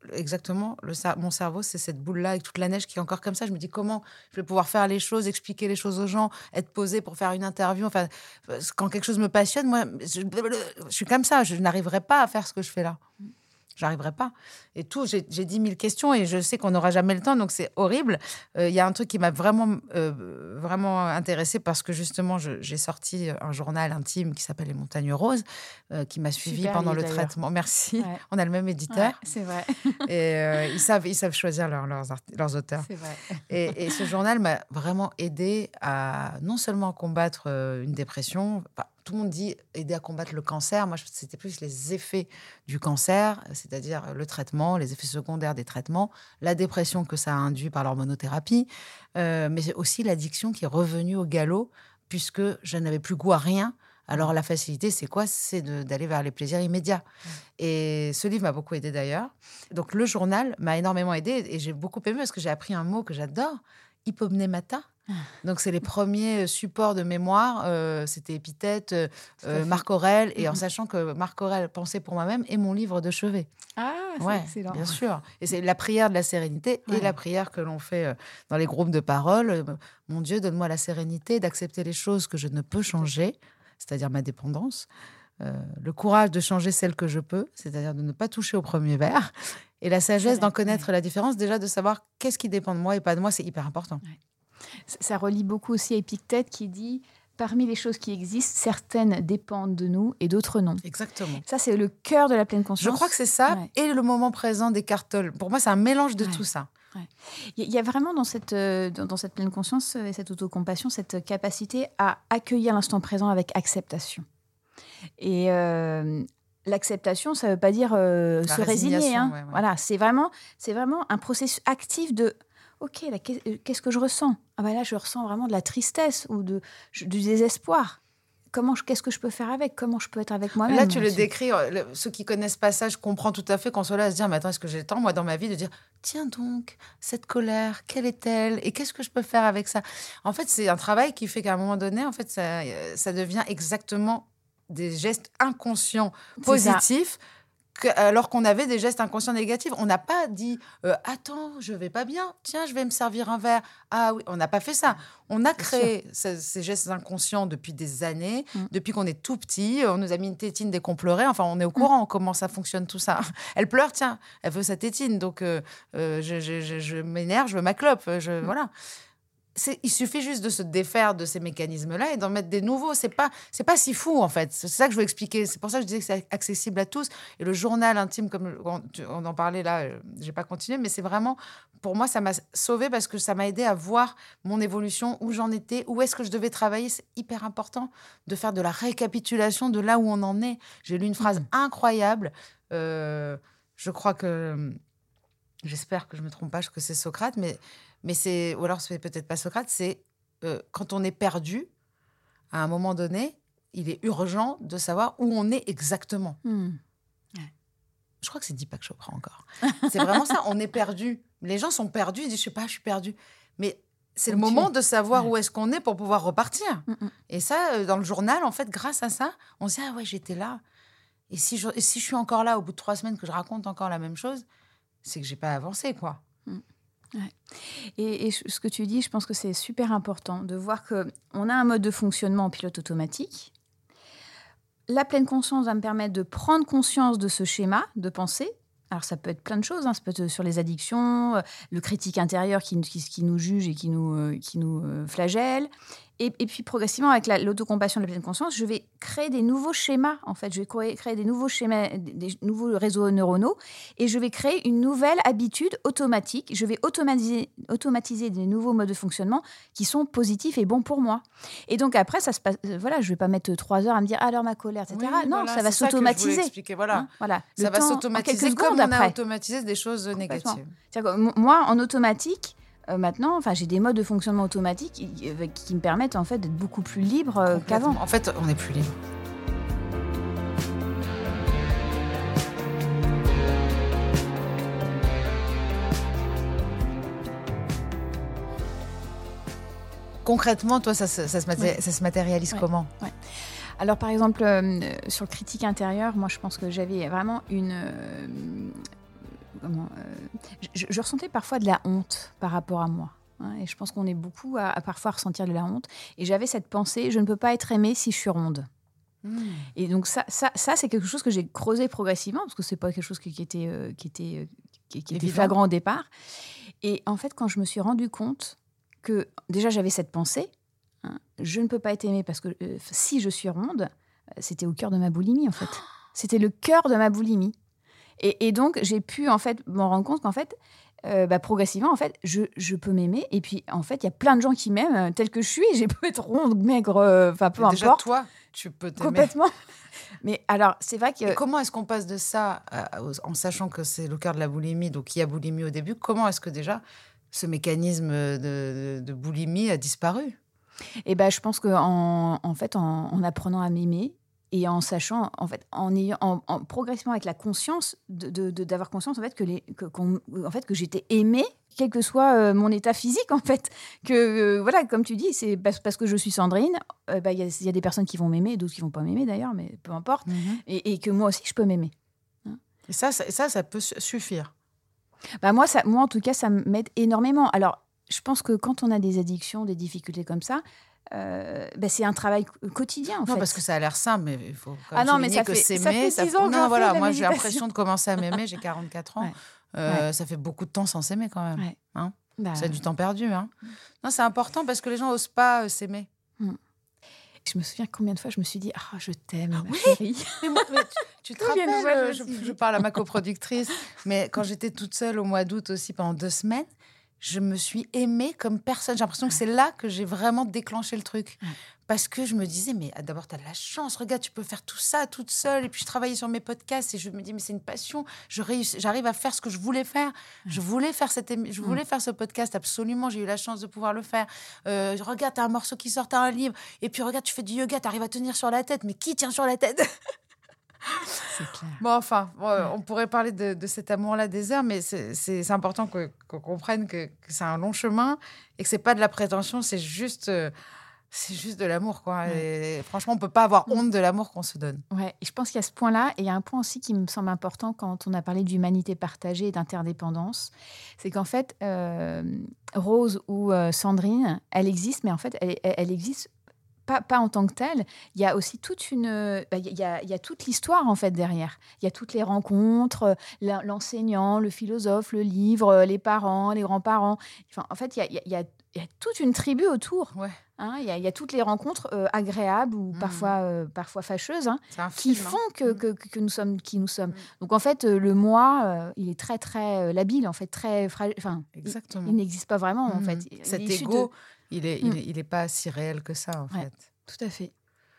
exactement, le, mon cerveau, c'est cette boule-là avec toute la neige qui est encore comme ça. Je me dis comment je vais pouvoir faire les choses, expliquer les choses aux gens, être posée pour faire une interview. Enfin, quand quelque chose me passionne, moi, je, je suis comme ça. Je n'arriverai pas à faire ce que je fais là. J'arriverai pas. Et tout, j'ai, j'ai dix mille questions et je sais qu'on n'aura jamais le temps, donc c'est horrible. Il euh, y a un truc qui m'a vraiment, euh, vraiment intéressée parce que justement, je, j'ai sorti un journal intime qui s'appelle Les Montagnes Roses, euh, qui m'a suivi Super pendant livre, le d'ailleurs. traitement. Merci. Ouais. On a le même éditeur. Ouais, c'est vrai. Et euh, ils, savent, ils savent choisir leur, leurs, art- leurs auteurs. C'est vrai. Et, et ce journal m'a vraiment aidée à non seulement combattre euh, une dépression, enfin, tout le monde dit aider à combattre le cancer. Moi, c'était plus les effets du cancer, c'est-à-dire le traitement, les effets secondaires des traitements, la dépression que ça a induit par l'hormonothérapie, euh, mais aussi l'addiction qui est revenue au galop puisque je n'avais plus goût à rien. Alors, la facilité, c'est quoi ? C'est de, d'aller vers les plaisirs immédiats. Mmh. Et ce livre m'a beaucoup aidée d'ailleurs. Donc, le journal m'a énormément aidée et j'ai beaucoup aimé parce que j'ai appris un mot que j'adore, hypomnémata. Donc, c'est les premiers supports de mémoire. Euh, c'était Épithète, euh, Marc Aurèle. Et mmh. en sachant que Marc Aurèle, Pensée pour moi-même, est mon livre de chevet. Ah, c'est ouais, excellent. Bien sûr. Et c'est la prière de la sérénité ouais. et la prière que l'on fait dans les groupes de parole. Mon Dieu, donne-moi la sérénité d'accepter les choses que je ne peux changer, c'est-à-dire ma dépendance. Euh, le courage de changer celle que je peux, c'est-à-dire de ne pas toucher au premier verre. Et la sagesse d'en connaître ouais. la différence, déjà de savoir qu'est-ce qui dépend de moi et pas de moi, c'est hyper important. Ouais. Ça relie beaucoup aussi à Épictète qui dit « Parmi les choses qui existent, certaines dépendent de nous et d'autres non. » Exactement. Ça, c'est le cœur de la pleine conscience. Je crois que c'est ça ouais. et le moment présent d'Eckhart Tolle. Pour moi, c'est un mélange de ouais. tout ça. Ouais. Il y a vraiment dans cette, dans, dans cette pleine conscience et cette autocompassion, cette capacité à accueillir l'instant présent avec acceptation. Et euh, l'acceptation, ça ne veut pas dire euh, se résigner. Hein. Ouais, ouais. Voilà, c'est vraiment, c'est vraiment un processus actif de ok, là, qu'est-ce que je ressens ? Ah ben là, je ressens vraiment de la tristesse ou de, du désespoir. Comment, qu'est-ce que je peux faire avec ? Comment je peux être avec moi-même ? Là, tu le décris. Le, ceux qui connaissent pas ça, je comprends tout à fait qu'on soit là à se dire, mais attends, est-ce que j'ai le temps, moi, dans ma vie, de dire, tiens donc, cette colère, quelle est-elle ? Et qu'est-ce que je peux faire avec ça ? En fait, c'est un travail qui fait qu'à un moment donné, en fait, ça, ça devient exactement des gestes inconscients positifs. Que, alors qu'on avait des gestes inconscients négatifs. On n'a pas dit euh, « Attends, je vais pas bien. Tiens, je vais me servir un verre. » Ah oui, on n'a pas fait ça. On a créé ces, ces gestes inconscients depuis des années, mmh. depuis qu'on est tout petit. On nous a mis une tétine dès qu'on pleurait. Enfin, on est au courant mmh. comment ça fonctionne tout ça. Elle pleure, tiens, elle veut sa tétine. Donc, euh, euh, je, je, je, je m'énerve, je veux ma clope. Je, mmh. Voilà. C'est, il suffit juste de se défaire de ces mécanismes-là et d'en mettre des nouveaux. C'est pas, c'est pas si fou, en fait. C'est ça que je veux expliquer. C'est pour ça que je disais que c'est accessible à tous. Et le journal intime, comme on, on en parlait là, j'ai pas continué, mais c'est vraiment, pour moi, ça m'a sauvée parce que ça m'a aidé à voir mon évolution, où j'en étais, où est-ce que je devais travailler. C'est hyper important de faire de la récapitulation de là où on en est. J'ai lu une phrase mmh. incroyable. Euh, je crois que... J'espère que je me trompe pas, que c'est Socrate, mais... Mais c'est, ou alors c'est peut-être pas Socrate, c'est euh, quand on est perdu, à un moment donné, il est urgent de savoir où on est exactement. Mmh. Ouais. Je crois que c'est Deepak Chopra encore. C'est vraiment ça, on est perdu. Les gens sont perdus, ils disent, je sais pas, je suis perdu. Mais c'est le moment de savoir ouais. où est-ce qu'on est pour pouvoir repartir. Mmh. Et ça, dans le journal, en fait, grâce à ça, on se dit, ah ouais, j'étais là. Et si je, et si je suis encore là, au bout de trois semaines, que je raconte encore la même chose, c'est que j'ai pas avancé, quoi. Mmh. Ouais. Et, et ce que tu dis, je pense que c'est super important de voir qu'on a un mode de fonctionnement en pilote automatique. La pleine conscience va me permettre de prendre conscience de ce schéma de pensée. Alors, ça peut être plein de choses. Hein. Ça peut être sur les addictions, le critique intérieur qui, qui, qui nous juge et qui nous, qui nous flagelle. Et, et puis, progressivement, avec la, l'autocompassion de la pleine conscience, je vais créer des nouveaux schémas, en fait. Je vais créer, créer des nouveaux schémas, des, des nouveaux réseaux neuronaux et je vais créer une nouvelle habitude automatique. Je vais automatiser, automatiser des nouveaux modes de fonctionnement qui sont positifs et bons pour moi. Et donc, après, ça se passe... Voilà, je ne vais pas mettre trois heures à me dire « Alors, ma colère, et cetera » Oui, non, voilà, ça va s'automatiser. Ça voilà. Hein, voilà. Ça va temps, s'automatiser comme on a après. automatisé des choses négatives. C'est-à-dire que moi, en automatique... Euh, maintenant, enfin, j'ai des modes de fonctionnement automatiques qui, euh, qui me permettent en fait d'être beaucoup plus libre euh, qu'avant. En fait, on n'est plus libre. Concrètement, toi, ça, ça, ça, se, maté- oui. ça se matérialise oui. comment oui. Alors, par exemple, euh, sur le critique intérieur, moi, je pense que j'avais vraiment une... Euh, comment, euh, je, je ressentais parfois de la honte par rapport à moi. Hein, et je pense qu'on est beaucoup à, à parfois ressentir de la honte. Et j'avais cette pensée, je ne peux pas être aimée si je suis ronde. Mmh. Et donc ça, ça, ça, c'est quelque chose que j'ai creusé progressivement, parce que c'est pas quelque chose qui, qui était, euh, qui était, euh, qui, qui était flagrant au départ. Et en fait, quand je me suis rendu compte que déjà j'avais cette pensée, hein, je ne peux pas être aimée parce que euh, si je suis ronde, c'était au cœur de ma boulimie en fait. C'était le cœur de ma boulimie. Et, et donc j'ai pu en fait me rendre compte qu'en fait, euh, bah, progressivement en fait, je, je peux m'aimer. Et puis en fait, il y a plein de gens qui m'aiment euh, telle que je suis. J'ai pu être ronde, maigre, enfin euh, peu Mais importe. Déjà toi, tu peux t'aimer. Complètement. Mais alors c'est vrai que. Et comment est-ce qu'on passe de ça à, en sachant que c'est le cœur de la boulimie, donc il y a boulimie au début. Comment est-ce que déjà ce mécanisme de, de, de boulimie a disparu? Eh ben, je pense qu'en en fait, en, en apprenant à m'aimer et en sachant, en fait, en ayant, en, en progressivement avec la conscience, de, de, de, d'avoir conscience en fait que, les, que, qu'on, en fait, que j'étais aimée, quel que soit euh, mon état physique, en fait. Que euh, voilà, comme tu dis, c'est parce, parce que je suis Sandrine. Il euh, bah, y, y a des personnes qui vont m'aimer, d'autres qui vont pas m'aimer d'ailleurs, mais peu importe. Mm-hmm. Et, et que moi aussi, je peux m'aimer. Hein? Et ça, ça, ça, ça peut suffire. Bah moi, ça, moi, en tout cas, ça m'aide énormément. Alors. Je pense que quand on a des addictions, des difficultés comme ça, euh, ben c'est un travail quotidien, en non, fait. Non, parce que ça a l'air simple, mais il faut quand même ah non, mais ça que fait, s'aimer... Ça fait dix ans que non, voilà, moi, j'ai l'impression de commencer à m'aimer, j'ai quarante-quatre ans. Ouais. Euh, ouais. Ça fait beaucoup de temps sans s'aimer, quand même. Ouais. Hein bah, c'est du temps perdu. Hein. Non, c'est important parce que les gens n'osent pas euh, s'aimer. Mm. Je me souviens combien de fois je me suis dit « Ah, oh, je t'aime, ma oui chérie !» mais moi, mais tu, tu te rappelles, euh, je, je parle à ma coproductrice, mais quand j'étais toute seule au mois d'août aussi, pendant deux semaines, je me suis aimée comme personne. J'ai l'impression que c'est là que j'ai vraiment déclenché le truc. Ouais. Parce que je me disais, mais d'abord, tu as de la chance. Regarde, tu peux faire tout ça toute seule. Et puis, je travaillais sur mes podcasts et je me dis, mais c'est une passion. Je réuss... J'arrive à faire ce que je voulais faire. Ouais. Je voulais faire, cette émi... je voulais ouais. faire ce podcast, absolument. J'ai eu la chance de pouvoir le faire. Euh, regarde, tu as un morceau qui sort, tu as un livre. Et puis, regarde, tu fais du yoga, tu arrives à tenir sur la tête. Mais qui tient sur la tête ? C'est clair. Bon, enfin, bon, ouais. on pourrait parler de, de cet amour-là des heures, mais c'est, c'est, c'est important que, qu'on comprenne que, que c'est un long chemin et que c'est pas de la prétention, c'est juste, euh, c'est juste de l'amour, quoi. Ouais. Et franchement, on peut pas avoir honte de l'amour qu'on se donne. Ouais. Et je pense qu'il y a ce point-là, et il y a un point aussi qui me semble important quand on a parlé d'humanité partagée et d'interdépendance, c'est qu'en fait, euh, Rose ou euh, Sandrine, elle existe, mais en fait, elle, elle, elle existe. Pas, pas en tant que telle, il y a aussi toute une, bah, il y a, il y a toute l'histoire en fait derrière. Il y a toutes les rencontres, l'enseignant, le philosophe, le livre, les parents, les grands-parents. Enfin, en fait, il y a, il y a, il y a toute une tribu autour. Ouais. Hein, il y a, il y a toutes les rencontres euh, agréables ou mmh. parfois, euh, parfois fâcheuses hein, qui film, font hein. que, que, que nous sommes qui nous sommes. Mmh. Donc en fait, le moi, euh, il est très très labile en fait, très fragile. Enfin, exactement. Il, il n'existe pas vraiment mmh. en fait. Cet ego. De... Il est, mmh. il, est, il est pas si réel que ça, en ouais, fait. Tout à fait.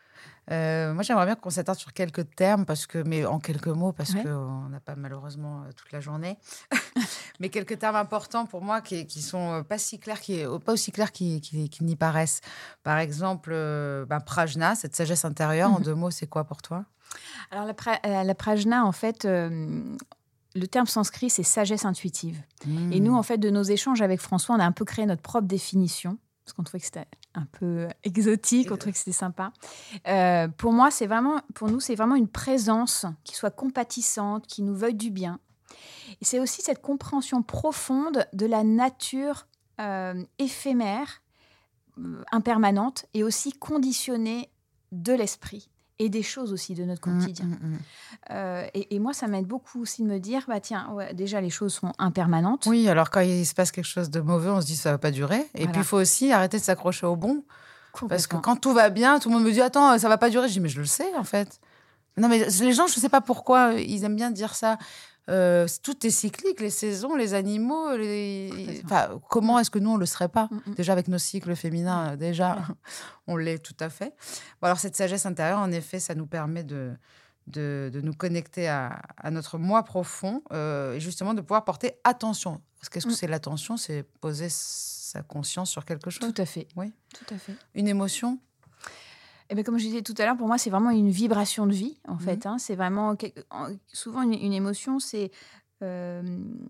Euh, moi, j'aimerais bien qu'on s'attarde sur quelques termes, parce que, mais en quelques mots, parce ouais. qu'on n'a pas malheureusement toute la journée. Mais quelques termes importants pour moi qui, qui sont pas si clairs, qui, pas aussi clairs qu'ils, qu'ils, qu'ils n'y paraissent. Par exemple, euh, ben, prajna, cette sagesse intérieure, mmh. en deux mots, c'est quoi pour toi ? Alors, la, pra- la prajna, en fait... Euh... Le terme sanskrit, c'est sagesse intuitive. Mmh. Et nous, en fait, de nos échanges avec François, on a un peu créé notre propre définition, parce qu'on trouvait que c'était un peu exotique, on trouvait que c'était sympa. Euh, pour moi, c'est vraiment, pour nous, c'est vraiment une présence qui soit compatissante, qui nous veuille du bien. Et c'est aussi cette compréhension profonde de la nature euh, éphémère, euh, impermanente, et aussi conditionnée de l'esprit. Et des choses aussi de notre quotidien. Mmh, mmh, mmh. Euh, et, et moi, ça m'aide beaucoup aussi de me dire, bah tiens, ouais, déjà, les choses sont impermanentes. Oui, alors quand il se passe quelque chose de mauvais, on se dit, ça ne va pas durer. Et voilà. Puis, il faut aussi arrêter de s'accrocher au bon. Parce que quand tout va bien, tout le monde me dit, attends, ça ne va pas durer. Je dis, mais je le sais, en fait. Non, mais les gens, je ne sais pas pourquoi, ils aiment bien dire ça. Euh, tout est cyclique, les saisons, les animaux. Les... Enfin, comment est-ce que nous, on ne le serait pas ? Mm-hmm. Déjà, avec nos cycles féminins, déjà, ouais. on l'est tout à fait. Bon, alors, cette sagesse intérieure, en effet, ça nous permet de, de, de nous connecter à, à notre moi profond euh, et justement de pouvoir porter attention. Parce qu'est-ce que mm. c'est l'attention ? C'est poser sa conscience sur quelque chose. Tout à fait. Oui. Tout à fait. Une émotion ? Eh bien, comme je disais tout à l'heure, pour moi, c'est vraiment une vibration de vie, en mmh. fait. Hein. C'est vraiment... Souvent, une, une émotion, c'est... Euh,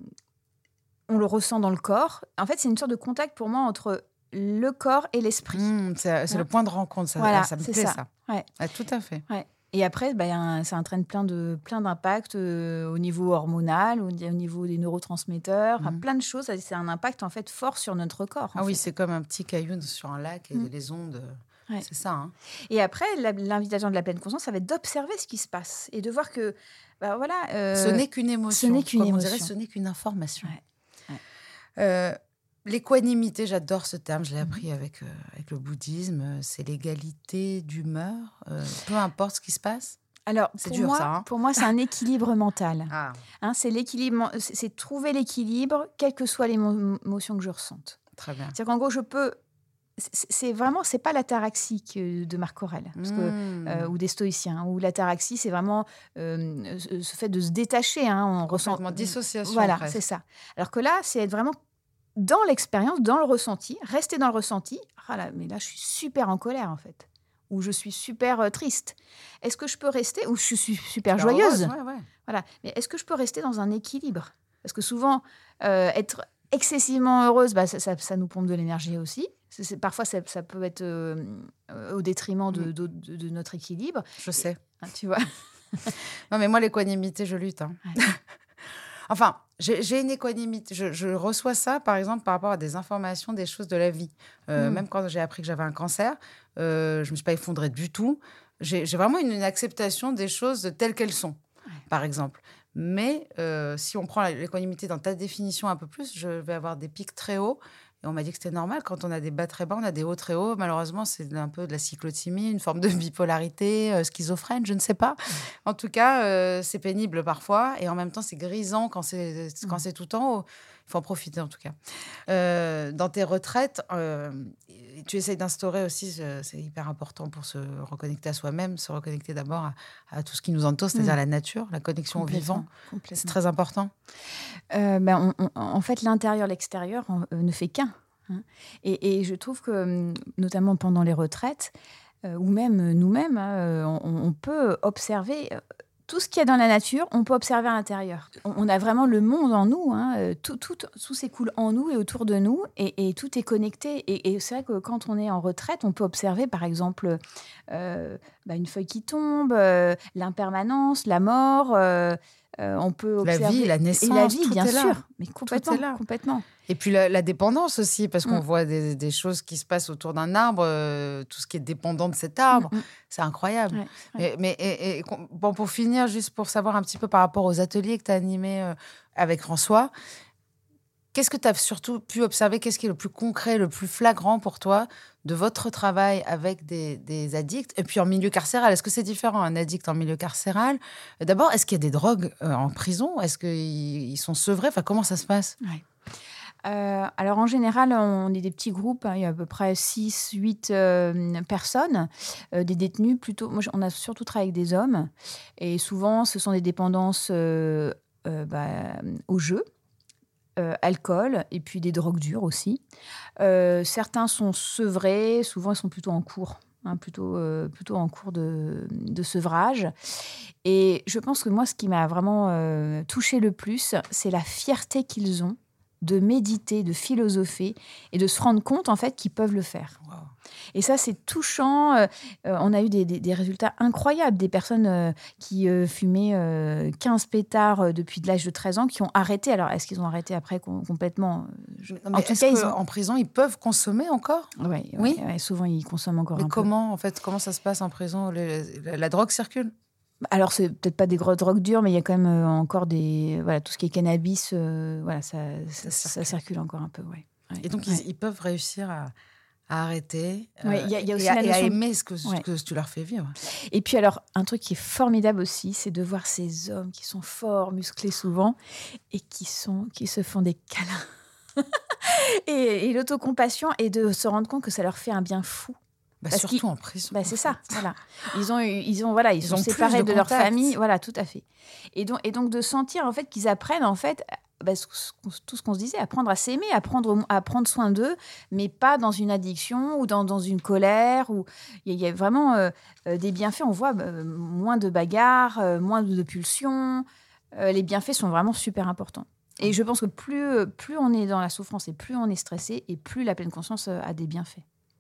on le ressent dans le corps. En fait, c'est une sorte de contact, pour moi, entre le corps et l'esprit. Mmh, c'est c'est ouais. le point de rencontre. Ça, voilà, ça me c'est plaît, ça. ça. Ouais. Ouais, tout à fait. Ouais. Et après, ben, ça entraîne plein, de, plein d'impacts euh, au niveau hormonal, au, au niveau des neurotransmetteurs, mmh. plein de choses. C'est un impact en fait fort sur notre corps. Ah oui, fait. c'est comme un petit caillou sur un lac et mmh. les ondes. Ouais. C'est ça. Hein. Et après, la, l'invitation de la pleine conscience, ça va être d'observer ce qui se passe et de voir que, bah, voilà. Euh, ce n'est qu'une émotion. Ce n'est qu'une comme émotion. On dirait, ce n'est qu'une information. Ouais. Ouais. Euh, l'équanimité, j'adore ce terme. Je l'ai appris mmh. avec euh, avec le bouddhisme. C'est l'égalité d'humeur, euh, peu importe ce qui se passe. Alors, c'est pour dur, moi, ça. Hein. Pour moi, c'est un équilibre mental. Ah. Hein, c'est l'équilibre, c'est, c'est trouver l'équilibre, quelles que soient les émotions que je ressente. Très bien. C'est-à-dire qu'en gros, je peux. C'est, c'est vraiment, c'est pas l'ataraxie de Marc Aurèle, parce que, mmh. euh, ou des stoïciens, où l'ataraxie, c'est vraiment euh, ce fait de se détacher. Hein, on ressent dissociation. Voilà, presque. c'est ça. Alors que là, c'est être vraiment dans l'expérience, dans le ressenti, rester dans le ressenti. Ah là, mais là, je suis super en colère, en fait. Ou je suis super euh, triste. Est-ce que je peux rester, ou je suis super super joyeuse. Heureuse, ouais, ouais. Voilà. Mais est-ce que je peux rester dans un équilibre? Parce que souvent, euh, être excessivement heureuse, bah, ça, ça, ça nous pompe de l'énergie aussi. C'est, c'est, parfois, ça, ça peut être euh, euh, au détriment de, de, de, de notre équilibre. Je sais. Et, hein, tu vois. Non, mais moi, l'équanimité, je lutte. Hein. Ouais. Enfin, j'ai, j'ai une équanimité. Je, je reçois ça, par exemple, par rapport à des informations, des choses de la vie. Euh, mmh. Même quand j'ai appris que j'avais un cancer, euh, je ne me suis pas effondrée du tout. J'ai, j'ai vraiment une, une acceptation des choses telles qu'elles sont, ouais. par exemple. Mais euh, si on prend l'équanimité dans ta définition un peu plus, je vais avoir des pics très hauts. Et on m'a dit que c'était normal. Quand on a des bas très bas, on a des hauts très hauts. Malheureusement, c'est un peu de la cyclothymie, une forme de bipolarité, euh, schizophrène, je ne sais pas. En tout cas, euh, c'est pénible parfois. Et en même temps, c'est grisant quand c'est, quand c'est tout en haut. Il faut en profiter, en tout cas. Euh, dans tes retraites, euh, tu essayes d'instaurer aussi, c'est hyper important pour se reconnecter à soi-même, se reconnecter d'abord à, à tout ce qui nous entoure, c'est-à-dire mmh. la nature, la connexion au vivant. C'est très important. Euh, ben, on, on, en fait, l'intérieur, l'extérieur on, euh, ne fait qu'un. Hein. Et, et je trouve que, notamment pendant les retraites, euh, ou même nous-mêmes, euh, on, on peut observer... Euh, tout ce qu'il y a dans la nature, on peut observer à l'intérieur. On a vraiment le monde en nous, hein. tout, tout, tout s'écoule en nous et autour de nous, et, et tout est connecté. Et, et c'est vrai que quand on est en retraite, on peut observer, par exemple, euh, bah, une feuille qui tombe, euh, l'impermanence, la mort. Euh, euh, on peut observer la vie, la naissance, et la vie, tout bien est là. sûr, mais complètement, tout est là. complètement. Et puis la, la dépendance aussi, parce qu'on mm. voit des, des choses qui se passent autour d'un arbre, euh, tout ce qui est dépendant de cet arbre, mm. c'est incroyable. Ouais, ouais. Mais, mais et, et, bon, pour finir, juste pour savoir un petit peu par rapport aux ateliers que tu as animés euh, avec François, qu'est-ce que tu as surtout pu observer? Qu'est-ce qui est le plus concret, le plus flagrant pour toi de votre travail avec des, des addicts? Et puis en milieu carcéral, est-ce que c'est différent, un addict en milieu carcéral? D'abord, est-ce qu'il y a des drogues euh, en prison? Est-ce qu'ils ils sont sevrés? Enfin, comment ça se passe? Ouais. Euh, alors, en général, on est des petits groupes. Hein, il y a à peu près six, huit euh, personnes, euh, des détenus plutôt. Moi, on a surtout travaillé avec des hommes. Et souvent, ce sont des dépendances euh, euh, bah, au jeu. Euh, alcool et puis des drogues dures aussi. Euh, certains sont sevrés, souvent ils sont plutôt en cours, hein, plutôt, euh, plutôt en cours de, de sevrage. Et je pense que moi, ce qui m'a vraiment euh, touchée le plus, c'est la fierté qu'ils ont de méditer, de philosopher et de se rendre compte en fait qu'ils peuvent le faire. Wow. Et ça, c'est touchant. Euh, on a eu des, des, des résultats incroyables. Des personnes euh, qui euh, fumaient euh, quinze pétards euh, depuis l'âge de treize ans qui ont arrêté. Alors, est-ce qu'ils ont arrêté après com- complètement Je... Non, mais en tout cas, ils ont... en prison, ils peuvent consommer encore? ouais, Oui. Ouais, ouais, souvent, ils consomment encore mais un comment, peu. en fait, comment ça se passe en prison? Le, la, la drogue circule? Alors, c'est peut-être pas des grosses drogues dures, mais il y a quand même euh, encore des... Voilà, tout ce qui est cannabis, euh, voilà, ça, ça, ça, ça circule encore un peu, ouais. Ouais. Et donc, ouais. ils, ils peuvent réussir à... à arrêter ouais, euh, y a, y a aussi et, à, la et notion... à aimer ce que, ouais. que tu leur fais vivre. Et puis alors, un truc qui est formidable aussi, c'est de voir ces hommes qui sont forts, musclés souvent, et qui, sont, qui se font des câlins. et, et l'autocompassion, et de se rendre compte que ça leur fait un bien fou. Bah surtout en prison. Bah c'est ça, voilà. Ils ont, ils ont, voilà, ils, ils sont ont séparés de, de leur famille, voilà, tout à fait. Et donc, et donc de sentir en fait qu'ils apprennent en fait, bah, tout ce qu'on se disait, apprendre à s'aimer, apprendre à prendre soin d'eux, mais pas dans une addiction ou dans, dans une colère. Où il y, y a vraiment euh, des bienfaits. On voit euh, moins de bagarres, euh, moins de, de pulsions. Euh, les bienfaits sont vraiment super importants. Et je pense que plus, plus on est dans la souffrance et plus on est stressé, et plus la pleine conscience a des bienfaits.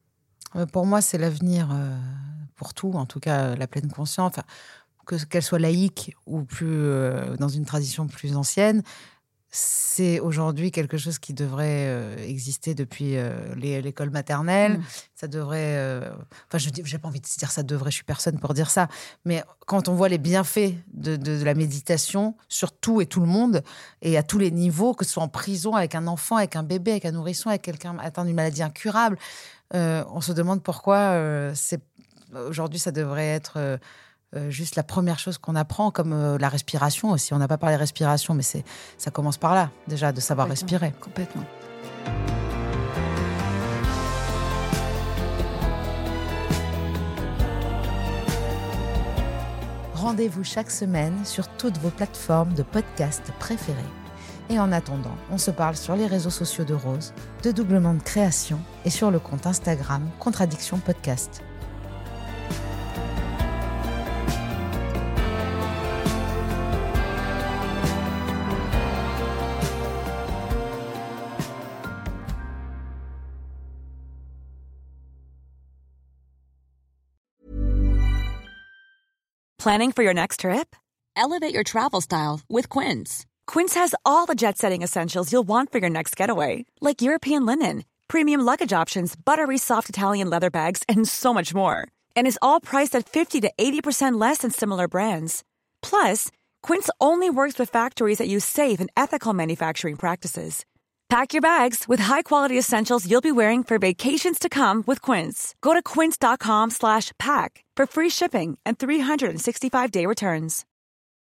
Pour moi, c'est l'avenir euh, pour tout, en tout cas la pleine conscience, enfin, que, qu'elle soit laïque ou plus euh, dans une tradition plus ancienne. C'est aujourd'hui quelque chose qui devrait euh, exister depuis euh, les, l'école maternelle. Mmh. Ça devrait... Euh, enfin, je n'ai pas envie de dire ça devrait, je suis personne pour dire ça. Mais quand on voit les bienfaits de, de, de la méditation sur tout et tout le monde, et à tous les niveaux, que ce soit en prison, avec un enfant, avec un bébé, avec un nourrisson, avec quelqu'un atteint d'une maladie incurable, euh, on se demande pourquoi euh, c'est... aujourd'hui ça devrait être... Euh, Euh, juste la première chose qu'on apprend, comme euh, la respiration aussi. On n'a pas parlé de respiration, mais c'est, ça commence par là, déjà, de savoir respirer. Complètement. Rendez-vous chaque semaine sur toutes vos plateformes de podcast préférées. Et en attendant, on se parle sur les réseaux sociaux de Rose, de Doublement de Création et sur le compte Instagram Contradiction Podcast. Planning for your next trip? Elevate your travel style with Quince. Quince has all the jet-setting essentials you'll want for your next getaway, like European linen, premium luggage options, buttery soft Italian leather bags, and so much more. And is all priced at fifty to eighty percent less than similar brands. Plus, Quince only works with factories that use safe and ethical manufacturing practices. Pack your bags with high-quality essentials you'll be wearing for vacations to come with Quince. Go to quince.com slash pack for free shipping and three sixty-five day returns.